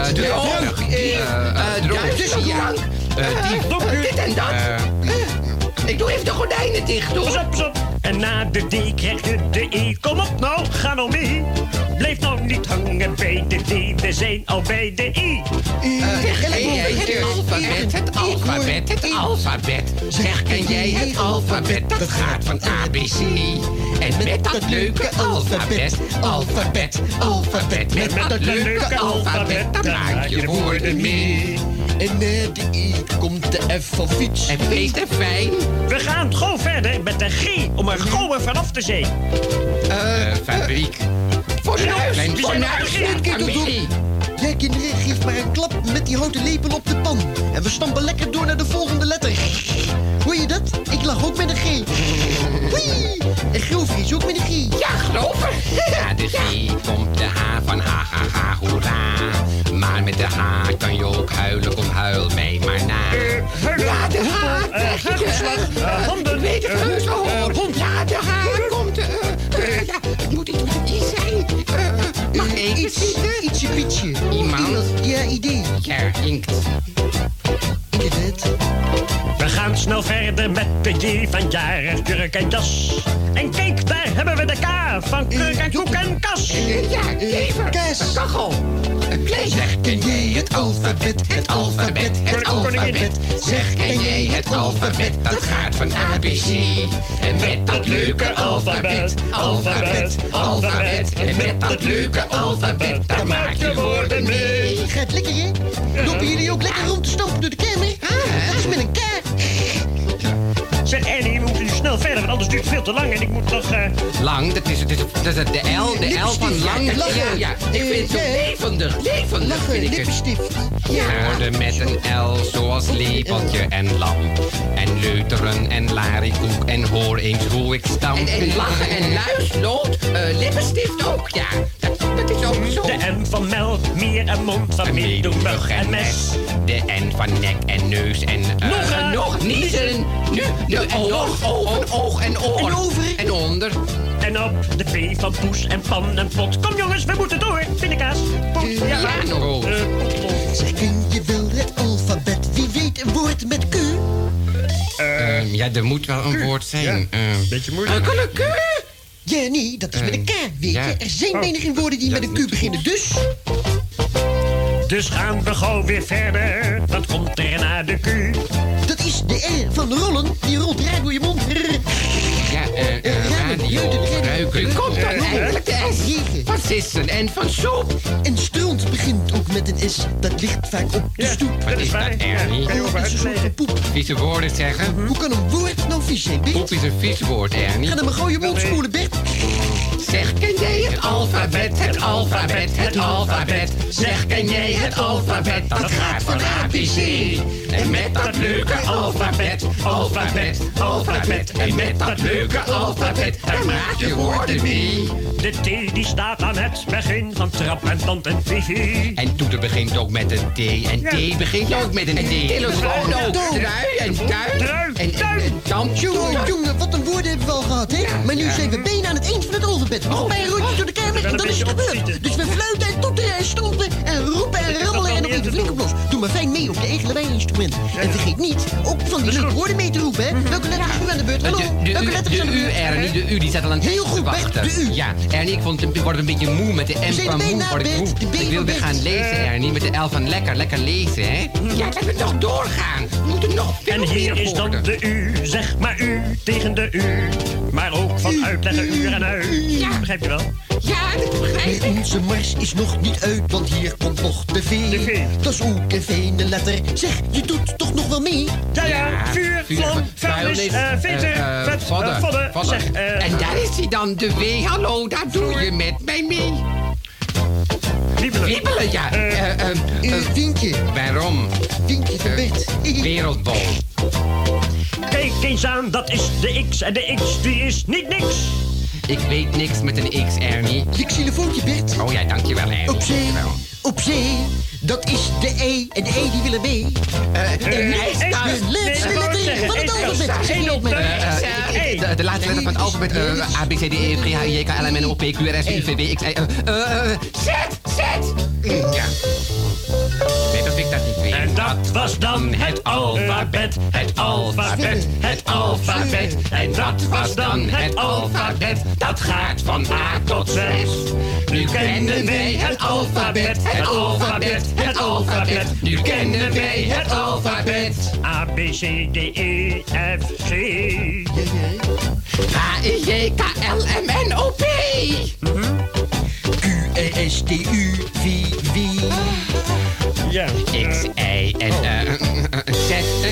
Speaker 3: Dit en dat. Ik doe even de gordijnen dicht, hoor.
Speaker 13: Pas op, pas op. En na de D krijg je de E. Kom op nou, ga nou mee. Blijf nou niet hangen bij de D. We zijn al bij de I.
Speaker 3: Het alfabet, het alfabet, het alfabet. Zeg, ken jij het alfabet? Dat gaat van A, B, C. En met dat leuke alfabet, alfabet, alfabet. Met dat leuke alfabet, dan maak je woorden mee.
Speaker 4: En na de I komt de F van fiets.
Speaker 3: En feest en fijn.
Speaker 13: We gaan gewoon verder met de G om er gewoon vanaf te zijn.
Speaker 3: Fabriek. Fornuis, familie.
Speaker 4: Ja, kinderen, geef maar een klap met die houten lepel op de pan. En we stampen lekker door naar de volgende letter. Hoor je dat? Ik lach ook met een G. Hoi! En Grover is ook met een G.
Speaker 3: Ja, Grover. Na de G komt de H van ha, ha, ha, hoera. Maar met de H kan je ook huilen, kom huil mij maar na. Ja, de H.
Speaker 13: Hagelslag, handen.
Speaker 3: Weet het heus wel hoor. Ja, de H komt. Ja, het moet iets met een I zijn. Mag even zitten?
Speaker 4: Ietsje pietje.
Speaker 3: Iemand?
Speaker 4: Ja, idee.
Speaker 3: Ja, inkt.
Speaker 4: Inderdaad.
Speaker 13: We gaan gaat snel verder met de J van jarig, kurk en jas. En kijk, daar hebben we de K van kurk en koek en kas.
Speaker 3: Ja, even.
Speaker 4: Kes.
Speaker 3: Kachel. Zeg, ken jij het alfabet, het alfabet, het alfabet? Zeg, ken jij het alfabet, dat gaat van A, B, C. En met dat leuke alfabet, alfabet, alfabet. En met dat leuke alfabet, daar maak je woorden mee.
Speaker 4: Gaat lekker, hè? Lopen jullie ook lekker rond te stampen door de kamer? Dat is met een K.
Speaker 13: Zeg, Ernie, we moeten nu snel verder, want anders duurt het veel te lang en ik moet nog...
Speaker 14: Lang? Dat is de L van lang. Ja, ik vind het zo levendig vind ik het.
Speaker 4: Lippenstift.
Speaker 14: Woorden met een L, zoals lepeltje en lamp. En leuteren en larikoek en hoor eens hoe ik stamp.
Speaker 3: En lachen en luislood, lippenstift ook, ja. Dat is ook zo.
Speaker 13: De M van melk, meer en mond van meedoen, mug en mes.
Speaker 14: De N van nek en neus en...
Speaker 3: nog niezen. Nu, de oog en oor.
Speaker 4: En over.
Speaker 14: En onder.
Speaker 13: En op de P van poes en pan en pot. Kom jongens, we moeten door. Pindakaas. Poes.
Speaker 14: Ja, nog.
Speaker 4: Zeg, ken je wel het alfabet? Wie weet een woord met Q?
Speaker 14: Ja, er moet wel een woord zijn.
Speaker 13: Beetje moeilijk.
Speaker 4: Kan een Q? Ja, nee, dat is met een K, weet je. Er zijn weinig woorden die met een Q beginnen, dus...
Speaker 13: Dus gaan we gauw weer verder. Wat komt er na de Q?
Speaker 4: Dat is de R van rollen. Die rolt raar door je mond.
Speaker 14: Ja, radio, ruiken. Komt dan eigenlijk de S van sissen en van soep?
Speaker 4: En stront begint ook met een S. Dat ligt vaak op de stoep.
Speaker 14: Wat is dat, Ernie?
Speaker 4: Dat is een soort van poep.
Speaker 14: Vieze woorden zeggen?
Speaker 4: Hoe kan een woord nou vies zijn, Bert?
Speaker 14: Poep is een vies woord, Ernie.
Speaker 4: Ga dan maar gauw je mond spoelen, Bert.
Speaker 3: Zeg, ken jij het alfabet, het alfabet, het alfabet? Zeg, ken jij het alfabet, dat gaat van A, B, C. En met dat leuke alfabet, alfabet, alfabet. En met dat leuke alfabet, daar maak je woorden mee.
Speaker 13: De T die staat aan het begin van trap en tand en vivi.
Speaker 14: En toeter begint ook met een T. En T begint ook met een D. Telefoon ook. Trui en tuin. En tand.
Speaker 4: Jongen, wat een woorden hebben we al gehad, hè? Maar nu zijn we bijna aan het eind van het alfabet. Nog bij een rondje door de kamer en dan is het gebeurd. Dus we fluiten en toeteren en stompen en roepen en rammelen en nog even flink op los. Doe maar fijn mee op je eigen instrument. En vergeet niet ook van die leuke woorden mee te roepen, hè? Welke letters is u aan de beurt? Hallo? Welke letters zijn
Speaker 14: de U, Ernie, de U, die zat al aan het
Speaker 4: heel goed,
Speaker 14: te wachten.
Speaker 4: De U.
Speaker 14: Ja, Ernie, ik word een beetje moe met de M van moe. Ik wil weer gaan lezen, Ernie, met de L van lekker lezen, hè? Ja, laten we nog doorgaan. We moeten nog veel
Speaker 13: En hier is dan de U, zeg maar U tegen de U. Maar ook van uitleggen uur en uit.
Speaker 3: Ja.
Speaker 13: Begrijp je wel?
Speaker 3: Ja, dat begrijp ik.
Speaker 4: Onze mars is nog niet uit, want hier komt nog de V.
Speaker 13: De V.
Speaker 4: Dat is ook een fijne letter. Zeg, je doet toch nog wel mee?
Speaker 13: Ja, vuur, vlam, vuilnis, veter, vet, vodden. Zeg,
Speaker 14: en daar is hij dan, de W. Hallo, daar doe je met mij mee. Wiebelen, ja.
Speaker 4: Wientje.
Speaker 14: Waarom?
Speaker 4: Wientje van Bert.
Speaker 14: Wereldbol.
Speaker 13: Kijk eens aan, dat is de X. En de X, die is niet niks.
Speaker 14: Ik weet niks met een X, Ernie.
Speaker 4: Je xylofoontje, Bert.
Speaker 14: Oh ja, dankjewel, Ernie.
Speaker 4: Op zee. Op zee. Dat is de E. En de E die willen mee. De laatste letter van het alfabet.
Speaker 14: De laatste letter van het alfabet. A, B, C, D, E, F, G, H, I, J, K, L, M, N, O, P, Q, R, S, U, V, W, X, Y, Z. Ja. Nee, dat vind ik dat niet weer.
Speaker 13: En dat was dan het alfabet, het alfabet, het alfabet. En dat was dan het alfabet, dat gaat van A tot Z. Nu kennen wij het alfabet, het alfabet, het alfabet. Nu kennen wij het alfabet. A, B, C, D, E, F, G.
Speaker 3: H, I, J, K, L, M, N, O, P.
Speaker 4: Q, R, S, T, U, V, W.
Speaker 13: Ja.
Speaker 14: X, Y en Z.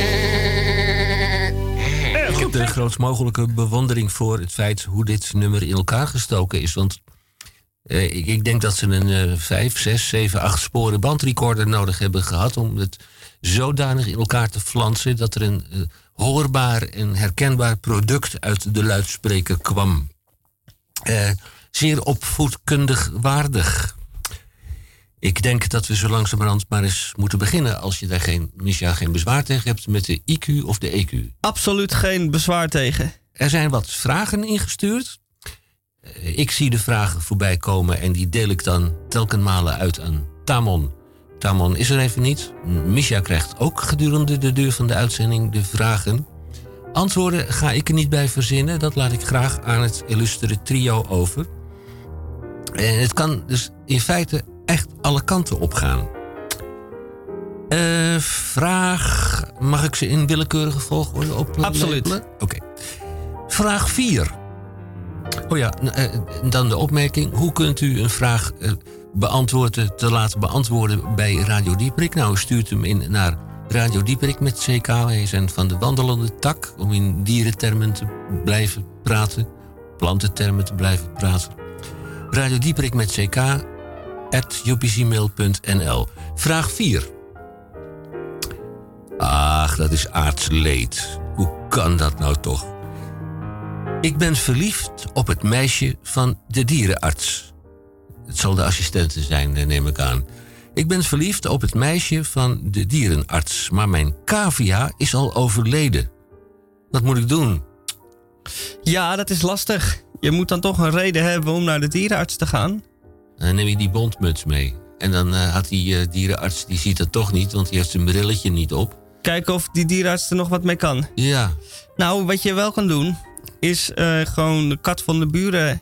Speaker 1: Ik heb de grootst mogelijke bewondering voor het feit hoe dit nummer in elkaar gestoken is. Want ik denk dat ze een 5, 6, 7, 8 sporen bandrecorder nodig hebben gehad om het zodanig in elkaar te flansen dat er een hoorbaar en herkenbaar product uit de luidspreker kwam. Zeer opvoedkundig waardig. Ik denk dat we zo langzamerhand maar eens moeten beginnen als je daar geen bezwaar tegen hebt met de IQ of de EQ.
Speaker 2: Absoluut geen bezwaar tegen.
Speaker 1: Er zijn wat vragen ingestuurd. Ik zie de vragen voorbij komen en die deel ik dan telkenmale uit aan Tamon. Tamon is er even niet. Misha krijgt ook gedurende de duur van de uitzending de vragen. Antwoorden ga ik er niet bij verzinnen. Dat laat ik graag aan het illustere trio over. En het kan dus in feite echt alle kanten opgaan. Vraag... Mag ik ze in willekeurige volgorde oplepelen?
Speaker 2: Absoluut.
Speaker 1: Oké. Vraag 4. Oh ja, dan de opmerking. Hoe kunt u een vraag te laten beantwoorden bij Radio Dieprik? Nou, u stuurt hem in naar Radio Dieprik met CK. Wij zijn van de wandelende tak om in dierentermen te blijven praten. Plantentermen te blijven praten. Radio Dieprik met CK @upcmail.nl. Vraag 4. Ach, dat is aardsleed. Hoe kan dat nou toch? Ik ben verliefd op het meisje van de dierenarts. Het zal de assistente zijn, neem ik aan. Ik ben verliefd op het meisje van de dierenarts, maar mijn cavia is al overleden. Wat moet ik doen?
Speaker 2: Ja, dat is lastig. Je moet dan toch een reden hebben om naar de dierenarts te gaan.
Speaker 1: Dan neem je die bondmuts mee. En dan had die dierenarts, die ziet dat toch niet, want die heeft zijn brilletje niet op.
Speaker 2: Kijken of die dierenarts er nog wat mee kan.
Speaker 1: Ja.
Speaker 2: Nou, wat je wel kan doen, is gewoon de kat van de buren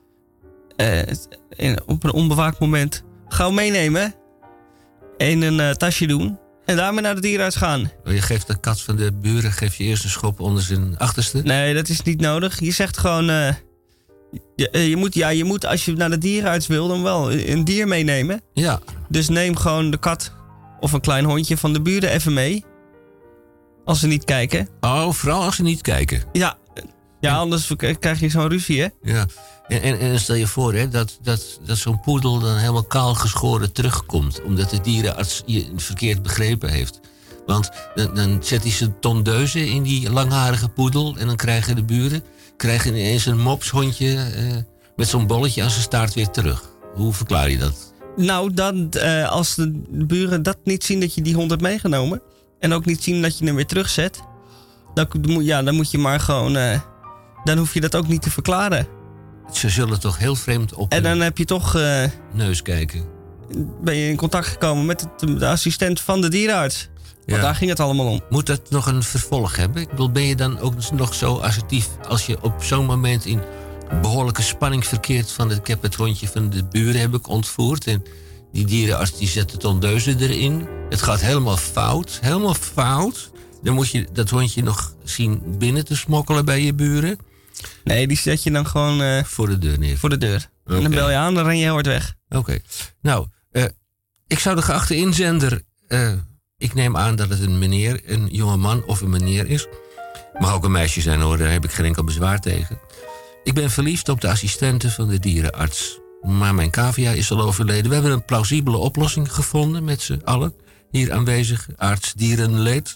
Speaker 2: op een onbewaakt moment gauw meenemen. In een tasje doen. En daarmee naar de dierenarts gaan.
Speaker 1: Je geeft de kat van de buren eerst een schop onder zijn achterste?
Speaker 2: Nee, dat is niet nodig. Je zegt gewoon... je moet als je naar de dierenarts wil, dan wel een dier meenemen.
Speaker 1: Ja.
Speaker 2: Dus neem gewoon de kat of een klein hondje van de buren even mee. Als ze niet kijken.
Speaker 1: Oh, vooral als ze niet kijken.
Speaker 2: Ja, anders krijg je zo'n ruzie, hè?
Speaker 1: Ja. En stel je voor hè, dat zo'n poedel dan helemaal kaal geschoren terugkomt. Omdat de dierenarts je verkeerd begrepen heeft. Want dan zet hij zijn tondeuze in die langharige poedel. En dan krijgen de buren ineens een mopshondje met zo'n bolletje aan zijn staart weer terug. Hoe verklaar je dat? Nou, als de buren dat niet zien dat je die hond hebt meegenomen. En ook niet zien dat je hem weer terugzet. Dan moet je maar gewoon... dan hoef je dat ook niet te verklaren. Ze zullen toch heel vreemd op en dan heb je toch... neus kijken. Ben je in contact gekomen met de assistent van de dierenarts. Want daar ging het allemaal om. Moet dat nog een vervolg hebben? Ik bedoel, ben je dan ook nog zo assertief als je op zo'n moment in behoorlijke spanning verkeert van ik heb het hondje van de buren heb ik ontvoerd en die dierenarts die zet de tondeuze erin. Het gaat helemaal fout. Helemaal fout. Dan moet je dat hondje nog zien binnen te smokkelen bij je buren. Nee, die zet je dan gewoon... voor de deur neer. Voor de deur. Okay. En dan bel je aan, dan ren je heel hard weg. Oké. Nou, ik zou de geachte inzender... ik neem aan dat het een jonge man of een meneer is. Mag ook een meisje zijn hoor, daar heb ik geen enkel bezwaar tegen. Ik ben verliefd op de assistente van de dierenarts. Maar mijn cavia is al overleden. We hebben een plausibele oplossing gevonden met z'n allen. Hier aanwezig, arts dierenleed.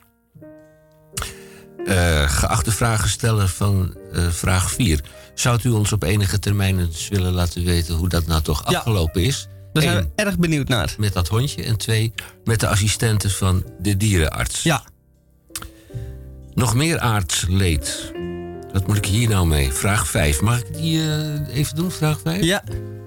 Speaker 1: Geachte vragensteller van vraag 4. Zou u ons op enige termijn eens willen laten weten hoe dat nou toch afgelopen is? Daar zijn we erg benieuwd naar. Met dat hondje. En 2, met de assistente van de dierenarts. Ja. Nog meer aardsleed. Wat moet ik hier nou mee? Vraag 5. Mag ik die even doen, vraag 5? Ja.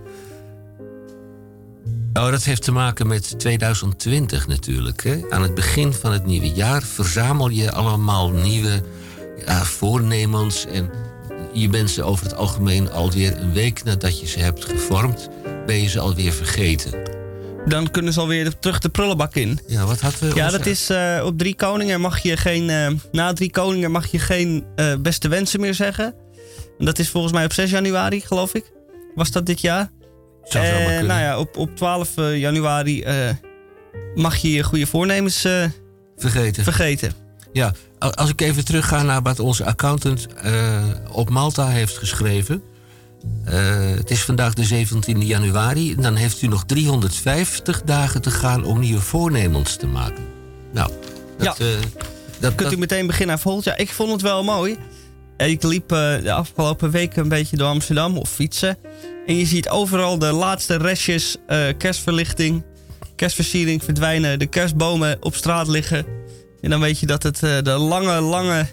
Speaker 1: Oh, dat heeft te maken met 2020 natuurlijk. Hè? Aan het begin van het nieuwe jaar verzamel je allemaal nieuwe voornemens. En je bent ze over het algemeen alweer een week nadat je ze hebt gevormd, ben je ze alweer vergeten. Dan kunnen ze alweer terug de prullenbak in. Ja, wat had we? Ja, dat is op 3 Koningen mag je geen... na 3 Koningen mag je geen beste wensen meer zeggen. Dat is volgens mij op 6 januari, geloof ik. Was dat dit jaar? Zou zo maar kunnen. Nou ja, op 12 januari mag je je goede voornemens vergeten. Ja, als ik even terugga naar wat onze accountant op Malta heeft geschreven. Het is vandaag de 17e januari. En dan heeft u nog 350 dagen te gaan om nieuwe voornemens te maken. Nou, dat kunt u meteen beginnen aan volgend jaar. Ik vond het wel mooi. Ik liep de afgelopen weken een beetje door Amsterdam of fietsen. En je ziet overal de laatste restjes kerstverlichting, kerstversiering verdwijnen. De kerstbomen op straat liggen. En dan weet je dat het de lange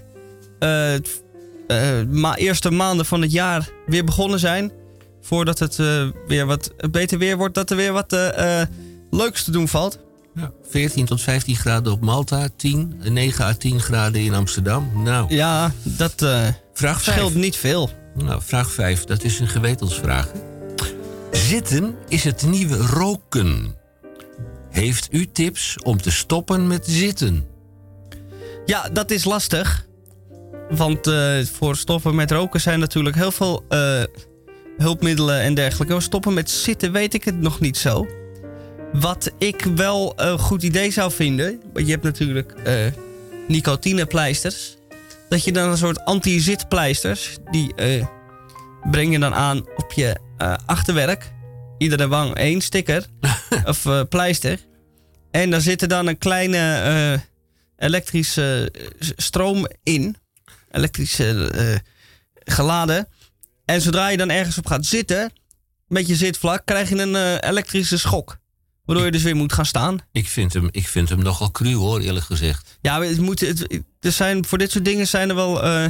Speaker 1: eerste maanden van het jaar weer begonnen zijn. Voordat het weer wat beter weer wordt, dat er weer wat leuks te doen valt. Ja, 14 tot 15 graden op Malta, 9 à 10 graden in Amsterdam. Nou,
Speaker 2: ja, dat
Speaker 1: vraag
Speaker 2: scheelt niet veel.
Speaker 1: Nou, vraag 5, dat is een gewetensvraag. Zitten is het nieuwe roken. Heeft u tips om te stoppen met zitten?
Speaker 2: Ja, dat is lastig. Want voor stoppen met roken zijn natuurlijk heel veel hulpmiddelen en dergelijke. Maar stoppen met zitten weet ik het nog niet zo. Wat ik wel een goed idee zou vinden... Want je hebt natuurlijk nicotinepleisters. Dat je dan een soort anti-zitpleisters... die breng je dan aan op je achterwerk. Iedere wang 1 sticker. Of pleister. En daar zit er dan een kleine elektrische stroom in. Elektrisch geladen. En zodra je dan ergens op gaat zitten... met je zitvlak... krijg je een elektrische schok. Waardoor je dus weer moet gaan staan. Ik
Speaker 1: vind hem nogal cru hoor, eerlijk gezegd.
Speaker 2: Ja, voor dit soort dingen zijn er wel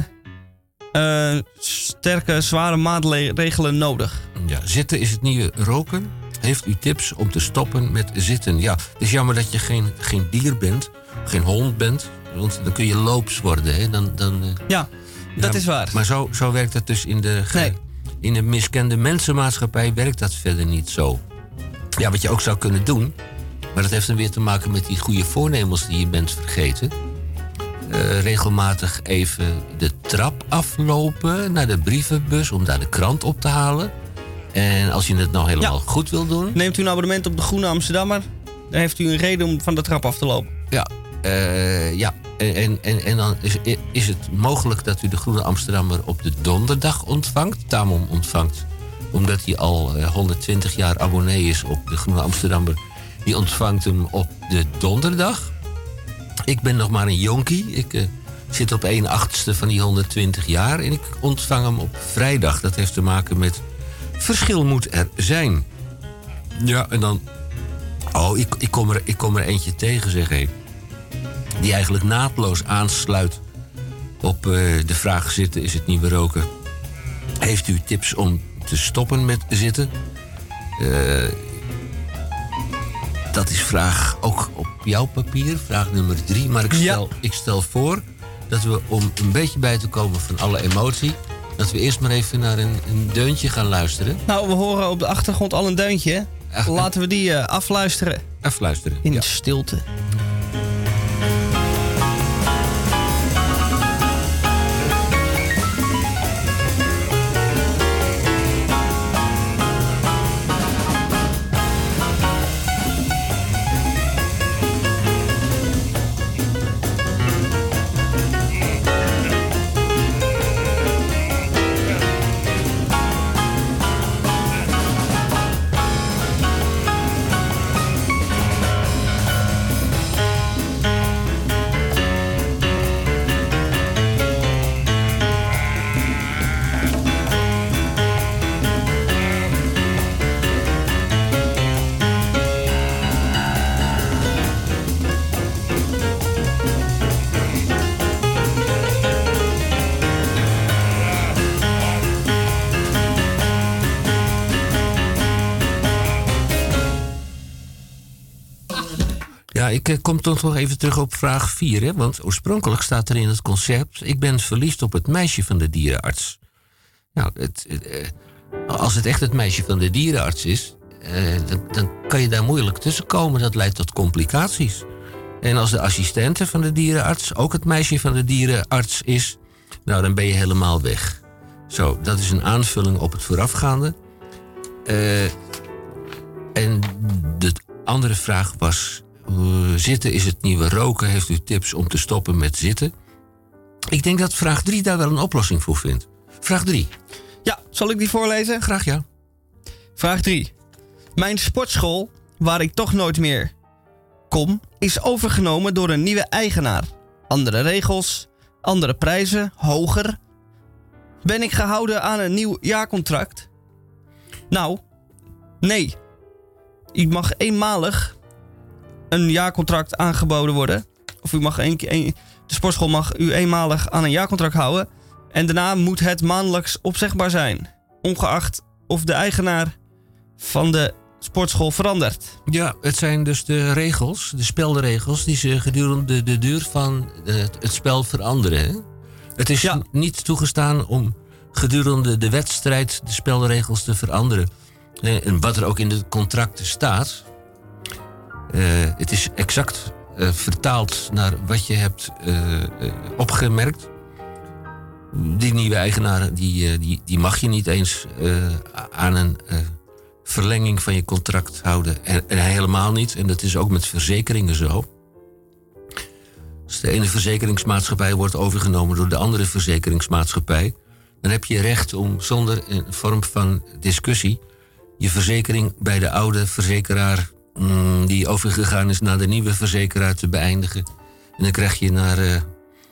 Speaker 2: sterke, zware maatregelen nodig.
Speaker 1: Ja, zitten is het nieuwe roken. Heeft u tips om te stoppen met zitten? Ja, het is jammer dat je geen dier bent, geen hond bent. Want dan kun je loops worden. Hè?
Speaker 2: Ja, dat is waar.
Speaker 1: Maar zo werkt het dus in de miskende mensenmaatschappij werkt dat verder niet zo. Ja, wat je ook zou kunnen doen... maar dat heeft dan weer te maken met die goede voornemens die je bent vergeten. Regelmatig even de trap aflopen naar de brievenbus... om daar de krant op te halen. En als je het nou helemaal goed wil doen...
Speaker 2: Neemt u een abonnement op de Groene Amsterdammer... dan heeft u een reden om van de trap af te lopen.
Speaker 1: Ja, en dan is het mogelijk dat u de Groene Amsterdammer op de donderdag ontvangt. Tamon ontvangt, omdat hij al 120 jaar abonnee is op de Groene Amsterdammer. Die ontvangt hem op de donderdag. Ik ben nog maar een jonkie. Ik zit op 1/8 van die 120 jaar. En ik ontvang hem op vrijdag. Dat heeft te maken met verschil moet er zijn. Ja, en dan... Oh, ik kom er eentje tegen, zeg ik. Die eigenlijk naadloos aansluit op de vraag zitten is het nieuwe roken. Heeft u tips om te stoppen met zitten? Dat is vraag ook op jouw papier, vraag nummer 3. Maar ik stel voor dat we om een beetje bij te komen van alle emotie... dat we eerst maar even naar een deuntje gaan luisteren.
Speaker 2: Nou, we horen op de achtergrond al een deuntje. Laten we die afluisteren.
Speaker 1: Afluisteren.
Speaker 2: In de stilte.
Speaker 1: Ja, ik kom toch nog even terug op vraag 4. Hè? Want oorspronkelijk staat er in het concept... ik ben verliefd op het meisje van de dierenarts. Nou, als het echt het meisje van de dierenarts is... dan kan je daar moeilijk tussenkomen. Dat leidt tot complicaties. En als de assistente van de dierenarts ook het meisje van de dierenarts is... nou, dan ben je helemaal weg. Zo, dat is een aanvulling op het voorafgaande. En de andere vraag was... zitten is het nieuwe roken. Heeft u tips om te stoppen met zitten? Ik denk dat vraag 3 daar wel een oplossing voor vindt. Vraag 3.
Speaker 2: Ja, zal ik die voorlezen?
Speaker 1: Graag ja.
Speaker 2: Vraag 3. Mijn sportschool, waar ik toch nooit meer kom... is overgenomen door een nieuwe eigenaar. Andere regels, andere prijzen, hoger. Ben ik gehouden aan een nieuw jaarcontract? Nou, nee. Ik mag eenmalig een jaarcontract aangeboden worden. Of u mag de sportschool mag u eenmalig aan een jaarcontract houden. En daarna moet het maandelijks opzegbaar zijn. Ongeacht of de eigenaar van de sportschool veranderd.
Speaker 1: Ja, het zijn dus de regels, de spelregels, die ze gedurende de duur van het spel veranderen. Hè? Het is niet toegestaan om gedurende de wedstrijd de spelregels te veranderen. En wat er ook in de contracten staat. Het is exact vertaald naar wat je hebt opgemerkt. Die nieuwe eigenaar die mag je niet eens aan een verlenging van je contract houden. En helemaal niet. En dat is ook met verzekeringen zo. Als de ene verzekeringsmaatschappij wordt overgenomen door de andere verzekeringsmaatschappij, dan heb je recht om zonder een vorm van discussie je verzekering bij de oude verzekeraar die overgegaan is naar de nieuwe verzekeraar te beëindigen. En dan krijg je naar...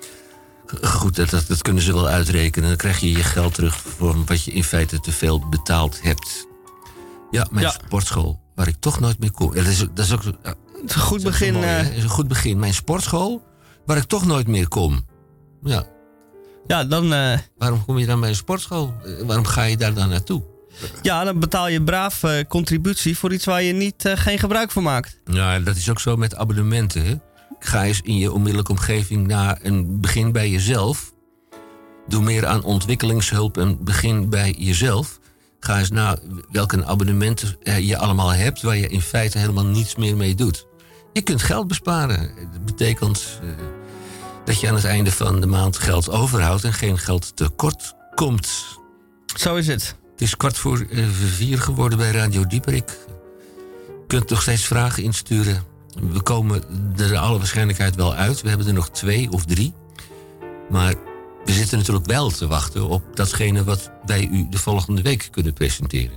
Speaker 1: goed, dat kunnen ze wel uitrekenen. Dan krijg je je geld terug voor wat je in feite te veel betaald hebt. Ja, mijn sportschool, waar ik toch nooit meer kom. Dat is ook
Speaker 2: een goed begin.
Speaker 1: Dat is een goed begin. Mijn sportschool, waar ik toch nooit meer kom. Ja.
Speaker 2: Ja, dan...
Speaker 1: Waarom kom je dan bij een sportschool? Waarom ga je daar dan naartoe?
Speaker 2: Ja, dan betaal je braaf contributie voor iets waar je geen gebruik van maakt.
Speaker 1: Ja, dat is ook zo met abonnementen. Hè? Ga eens in je onmiddellijke omgeving naar en begin bij jezelf. Doe meer aan ontwikkelingshulp en begin bij jezelf. Ga eens naar welke abonnementen je allemaal hebt waar je in feite helemaal niets meer mee doet. Je kunt geld besparen. Dat betekent dat je aan het einde van de maand geld overhoudt en geen geld tekort komt.
Speaker 2: Zo is het.
Speaker 1: Het is 4:15 geworden bij Radio Dieperik. Je kunt nog steeds vragen insturen. We komen er naar alle waarschijnlijkheid wel uit. We hebben er nog 2 of 3. Maar we zitten natuurlijk wel te wachten op datgene wat wij u de volgende week kunnen presenteren.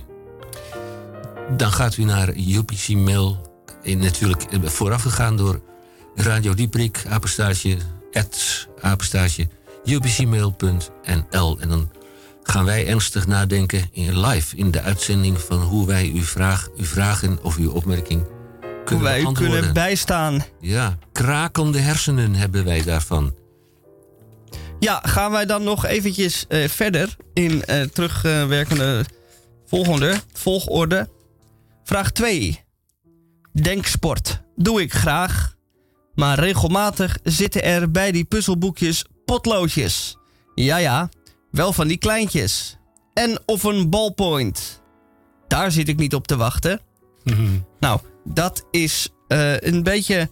Speaker 1: Dan gaat u naar UPC Mail. Natuurlijk voorafgegaan door Radio Dieperik, apenstaartje upcmail.nl. En dan gaan wij ernstig nadenken live in de uitzending van hoe wij uw vragen of uw opmerking kunnen
Speaker 2: wij
Speaker 1: beantwoorden.
Speaker 2: Kunnen bijstaan.
Speaker 1: Ja, krakende hersenen hebben wij daarvan.
Speaker 2: Ja, gaan wij dan nog eventjes verder in terugwerkende volgorde. Vraag 2. Denksport. Doe ik graag. Maar regelmatig zitten er bij die puzzelboekjes potloodjes. Ja, wel van die kleintjes. En of een ballpoint. Daar zit ik niet op te wachten. Nou, dat is een beetje...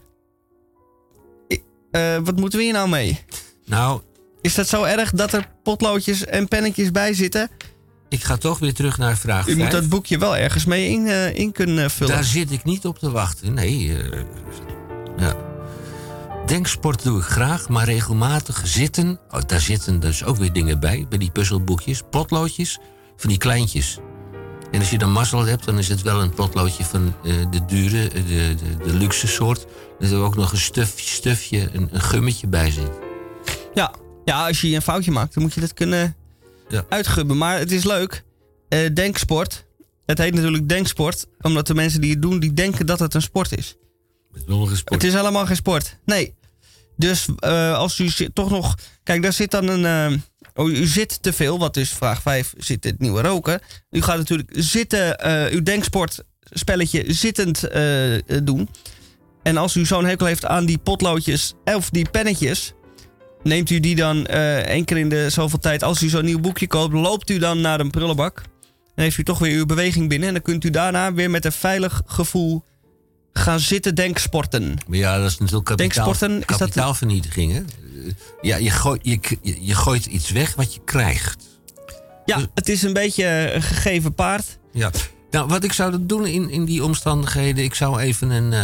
Speaker 2: wat moeten we hier nou mee?
Speaker 1: Nou...
Speaker 2: Is dat zo erg dat er potloodjes en pennetjes bij zitten?
Speaker 1: Ik ga toch weer terug naar vraag 5.
Speaker 2: U moet dat boekje wel ergens mee in kunnen vullen.
Speaker 1: Daar zit ik niet op te wachten. Nee. Ja. Denksport doe ik graag, maar regelmatig zitten... daar zitten dus ook weer dingen bij die puzzelboekjes. Potloodjes van die kleintjes. En als je dan mazzel hebt, dan is het wel een potloodje van de dure, de luxe soort. Er ook nog een stufje, een gummetje bij zit.
Speaker 2: Ja, als je een foutje maakt, dan moet je dat kunnen uitgubben. Maar het is leuk. Denksport. Het heet natuurlijk denksport. Omdat de mensen die het doen, die denken dat het een sport is. Het is helemaal geen sport. Nee. Dus als u toch nog... Kijk, daar zit dan een... u zit te veel, wat is vraag 5, zit het nieuwe roken. U gaat natuurlijk zitten, uw denksportspelletje zittend doen. En als u zo'n hekel heeft aan die potloodjes of die pennetjes... Neemt u die dan 1 keer in de zoveel tijd, als u zo'n nieuw boekje koopt, loopt u dan naar een prullenbak. Dan heeft u toch weer uw beweging binnen. En dan kunt u daarna weer met een veilig gevoel gaan zitten denksporten.
Speaker 1: Maar ja, dat is natuurlijk kapitaalvernietiging. Hè? Ja, je gooit iets weg wat je krijgt.
Speaker 2: Ja, het is een beetje een gegeven paard.
Speaker 1: Ja. Nou, wat ik zou doen in die omstandigheden, ik zou even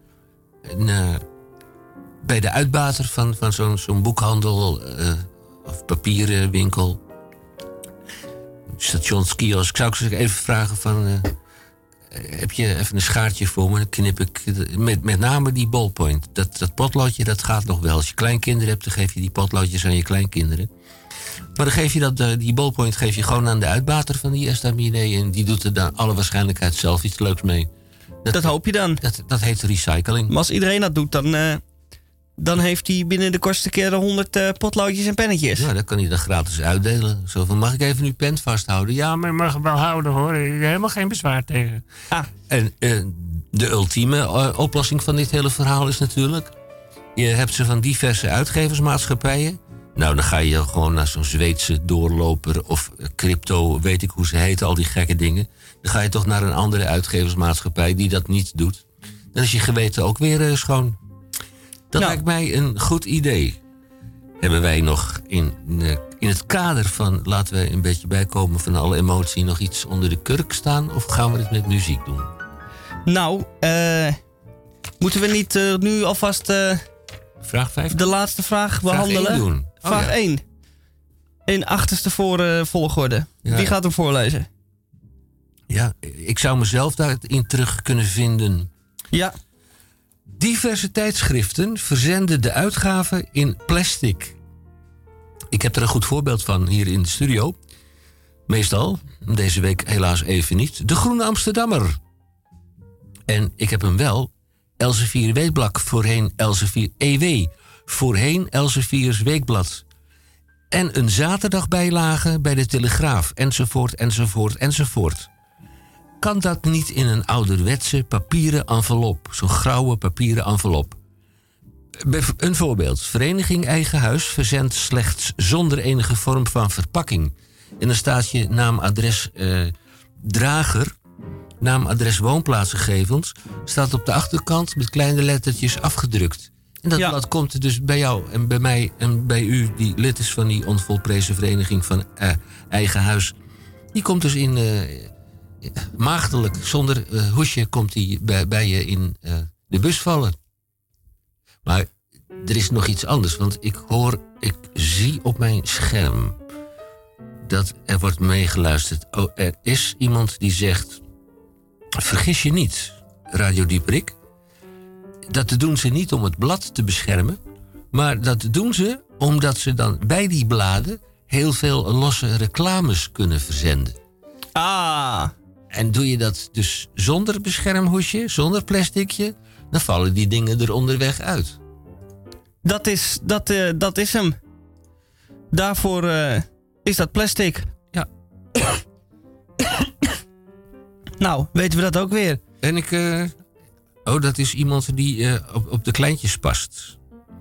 Speaker 1: bij de uitbater van zo'n boekhandel of papierenwinkel, stationskiosk, zou ik ze even vragen van... heb je even een schaartje voor me? Dan knip ik met name die ballpoint. Dat potloodje, dat gaat nog wel. Als je kleinkinderen hebt, dan geef je die potloodjes aan je kleinkinderen. Maar dan geef je die ballpoint geef je gewoon aan de uitbater van die estaminet. En die doet er dan alle waarschijnlijkheid zelf iets leuks mee.
Speaker 2: Dat hoop je dan.
Speaker 1: Dat heet recycling.
Speaker 2: Maar als iedereen dat doet, dan dan heeft hij binnen de kortste keren 100 potloodjes en pennetjes.
Speaker 1: Ja, dat kan hij dan gratis uitdelen. Zo van, mag ik even uw pen vasthouden? Ja, maar je mag hem wel houden hoor. Ik heb helemaal geen bezwaar tegen. En de ultieme oplossing van dit hele verhaal is natuurlijk... je hebt ze van diverse uitgeversmaatschappijen. Nou, dan ga je gewoon naar zo'n Zweedse doorloper of crypto, weet ik hoe ze heten, al die gekke dingen. Dan ga je toch naar een andere uitgeversmaatschappij die dat niet doet. Dan is je geweten ook weer schoon. Dat lijkt mij een goed idee. Hebben wij nog in het kader van, laten we een beetje bijkomen van alle emotie, nog iets onder de kurk staan? Of gaan we het met muziek doen?
Speaker 2: Nou, moeten we niet nu alvast
Speaker 1: vraag 5?
Speaker 2: De laatste vraag behandelen?
Speaker 1: Vraag 1 doen.
Speaker 2: Vraag 1. In achterste volgorde.
Speaker 1: Ja.
Speaker 2: Wie gaat hem voorlezen?
Speaker 1: Ja, ik zou mezelf daarin terug kunnen vinden.
Speaker 2: Ja.
Speaker 1: Diverse tijdschriften verzenden de uitgaven in plastic. Ik heb er een goed voorbeeld van hier in de studio. Meestal, deze week helaas even niet. De Groene Amsterdammer. En ik heb hem wel. Elsevier Weekblad, voorheen Elsevier EW. Voorheen Elsevier's Weekblad. En een zaterdagbijlage bij de Telegraaf. Enzovoort, enzovoort, enzovoort. Kan dat niet in een ouderwetse papieren envelop? Zo'n grauwe papieren envelop. Een voorbeeld. Vereniging Eigen Huis verzendt slechts zonder enige vorm van verpakking. En dan staat je naam, adres, drager, naam, adres, woonplaatsgegevens, staat op de achterkant met kleine lettertjes afgedrukt. En dat blad komt er dus bij jou en bij mij en bij u, die lid is van die onvolprezen vereniging van Eigen Huis. Die komt dus in maagdelijk, zonder hoesje, komt die bij je in de bus vallen. Maar er is nog iets anders, want ik zie op mijn scherm dat er wordt meegeluisterd. Oh, er is iemand die zegt, vergis je niet, Radio Dieperik, dat doen ze niet om het blad te beschermen, maar dat doen ze omdat ze dan bij die bladen heel veel losse reclames kunnen verzenden. En doe je dat dus zonder beschermhoesje, zonder plasticje, dan vallen die dingen er onderweg uit.
Speaker 2: Dat is hem. Daarvoor is dat plastic.
Speaker 1: Ja.
Speaker 2: Nou, weten we dat ook weer.
Speaker 1: En dat is iemand die op de kleintjes past.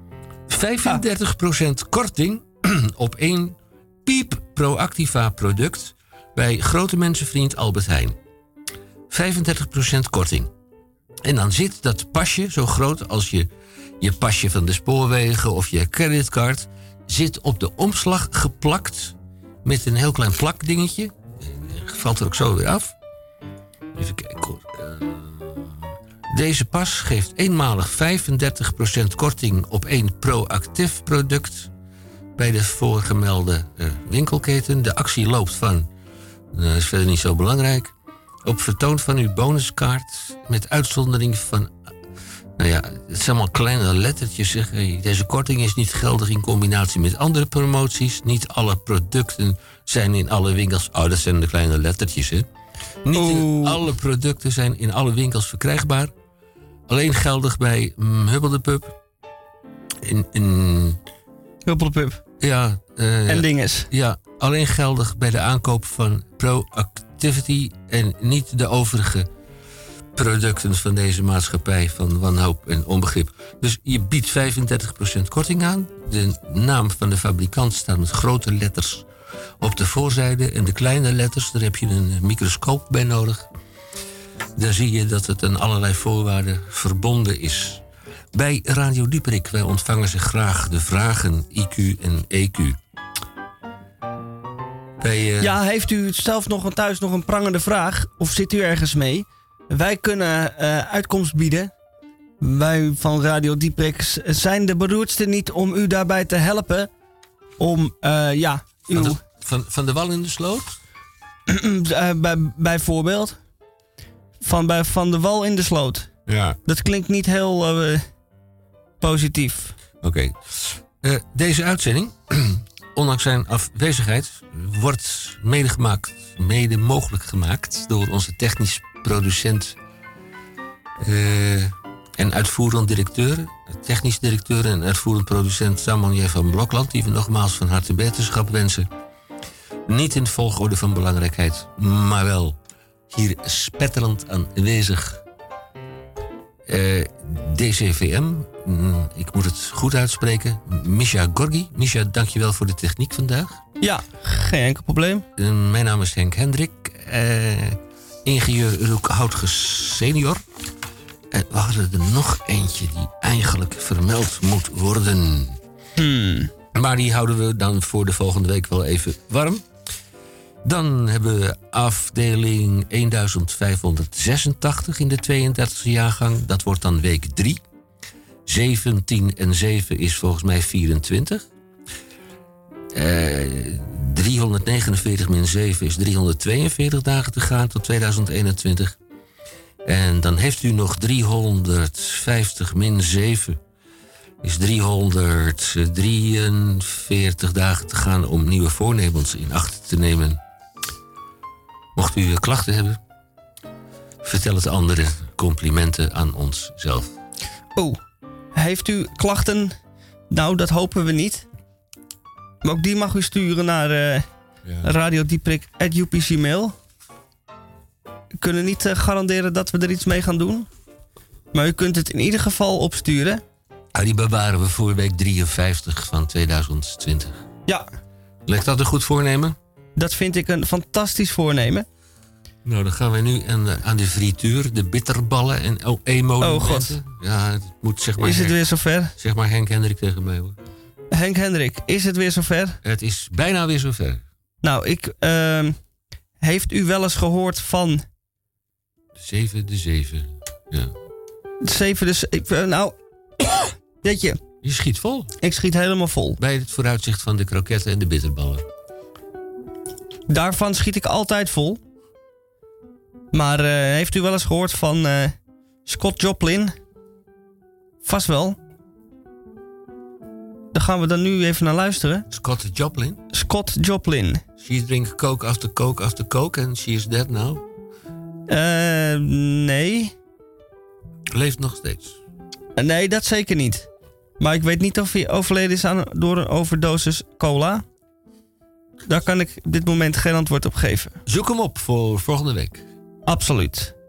Speaker 1: 35% korting op 1 Piep Proactiva product bij grote mensenvriend Albert Heijn. 35% korting. En dan zit dat pasje, zo groot als je pasje van de spoorwegen of je creditcard, zit op de omslag geplakt met een heel klein plakdingetje. Valt er ook zo weer af. Even kijken hoor. Deze pas geeft eenmalig 35% korting op 1 Proactiv product bij de voorgemelde winkelketen. De actie loopt van, dat is verder niet zo belangrijk, op vertoon van uw bonuskaart met uitzondering van, nou ja, het zijn allemaal kleine lettertjes. Zeg. Deze korting is niet geldig in combinatie met andere promoties. Niet alle producten zijn in alle winkels. Oh, dat zijn de kleine lettertjes, hè. Niet alle producten zijn in alle winkels verkrijgbaar. Alleen geldig bij Hubbel de Pub.
Speaker 2: Hubbel de Pub.
Speaker 1: Ja.
Speaker 2: En dinges.
Speaker 1: Ja, alleen geldig bij de aankoop van Proactivity en niet de overige producten van deze maatschappij van wanhoop en onbegrip. Dus je biedt 35% korting aan. De naam van de fabrikant staat met grote letters op de voorzijde. En de kleine letters, daar heb je een microscoop bij nodig. Daar zie je dat het aan allerlei voorwaarden verbonden is. Bij Radio Dieperik, wij ontvangen ze graag de vragen IQ en EQ.
Speaker 2: Ja, heeft u zelf thuis nog een prangende vraag? Of zit u ergens mee? Wij kunnen uitkomst bieden. Wij van Radio Dieperik zijn de beroerdste niet om u daarbij te helpen. Om,
Speaker 1: Van de wal in de sloot?
Speaker 2: Bijvoorbeeld. Van de wal in de sloot.
Speaker 1: Ja.
Speaker 2: Dat klinkt niet heel positief.
Speaker 1: Oké. Deze uitzending, ondanks zijn afwezigheid, wordt mede mogelijk gemaakt door onze technisch producent en uitvoerend directeur technisch directeur en uitvoerend producent Samon van Blokland, die we nogmaals van harte beterschap wensen. Niet in volgorde van belangrijkheid, maar wel hier spetterend aanwezig. DCVM, ik moet het goed uitspreken. Misha Gorgi. Misha, dankjewel voor de techniek vandaag.
Speaker 2: Ja, geen enkel probleem.
Speaker 1: Mijn naam is Henk Hendrik, ingenieur Roek Houtges senior. En we hadden er nog eentje die eigenlijk vermeld moet worden. Maar die houden we dan voor de volgende week wel even warm. Dan hebben we afdeling 1586 in de 32e jaargang. Dat wordt dan week 3. 17 en 7 is volgens mij 24. 349 min 7 is 342 dagen te gaan tot 2021. En dan heeft u nog 350 min 7 is 343 dagen te gaan om nieuwe voornemens in acht te nemen. Mocht u klachten hebben, vertel het anderen. Complimenten aan onszelf.
Speaker 2: Oh, heeft u klachten? Nou, dat hopen we niet. Maar ook die mag u sturen naar radiodieprik@upc-mail. We kunnen niet garanderen dat we er iets mee gaan doen. Maar u kunt het in ieder geval opsturen.
Speaker 1: Die bewaren we voor week 53 van 2020.
Speaker 2: Ja.
Speaker 1: Lijkt dat een goed voornemen?
Speaker 2: Dat vind ik een fantastisch voornemen.
Speaker 1: Nou, dan gaan wij nu aan de frituur, de bitterballen en emo-momenten.
Speaker 2: Oh god.
Speaker 1: Ja, het moet zeg maar...
Speaker 2: Is het weer zover?
Speaker 1: Zeg maar Henk Hendrik tegen mij, hoor.
Speaker 2: Henk Hendrik, is het weer zover?
Speaker 1: Het is bijna weer zover.
Speaker 2: Nou, heeft u wel eens gehoord van...
Speaker 1: 7 de 7, ja.
Speaker 2: 7 de 7, nou... Weet je...
Speaker 1: Je schiet vol.
Speaker 2: Ik schiet helemaal vol.
Speaker 1: Bij het vooruitzicht van de kroketten en de bitterballen.
Speaker 2: Daarvan schiet ik altijd vol. Maar heeft u wel eens gehoord van Scott Joplin? Vast wel. Daar gaan we dan nu even naar luisteren.
Speaker 1: Scott Joplin?
Speaker 2: Scott Joplin.
Speaker 1: She drink coke after coke after coke and she is dead now?
Speaker 2: Nee.
Speaker 1: Leeft nog steeds?
Speaker 2: Nee, dat zeker niet. Maar ik weet niet of hij overleden is door een overdosis cola. Daar kan ik op dit moment geen antwoord op geven.
Speaker 1: Zoek hem op voor volgende week.
Speaker 2: Absoluut.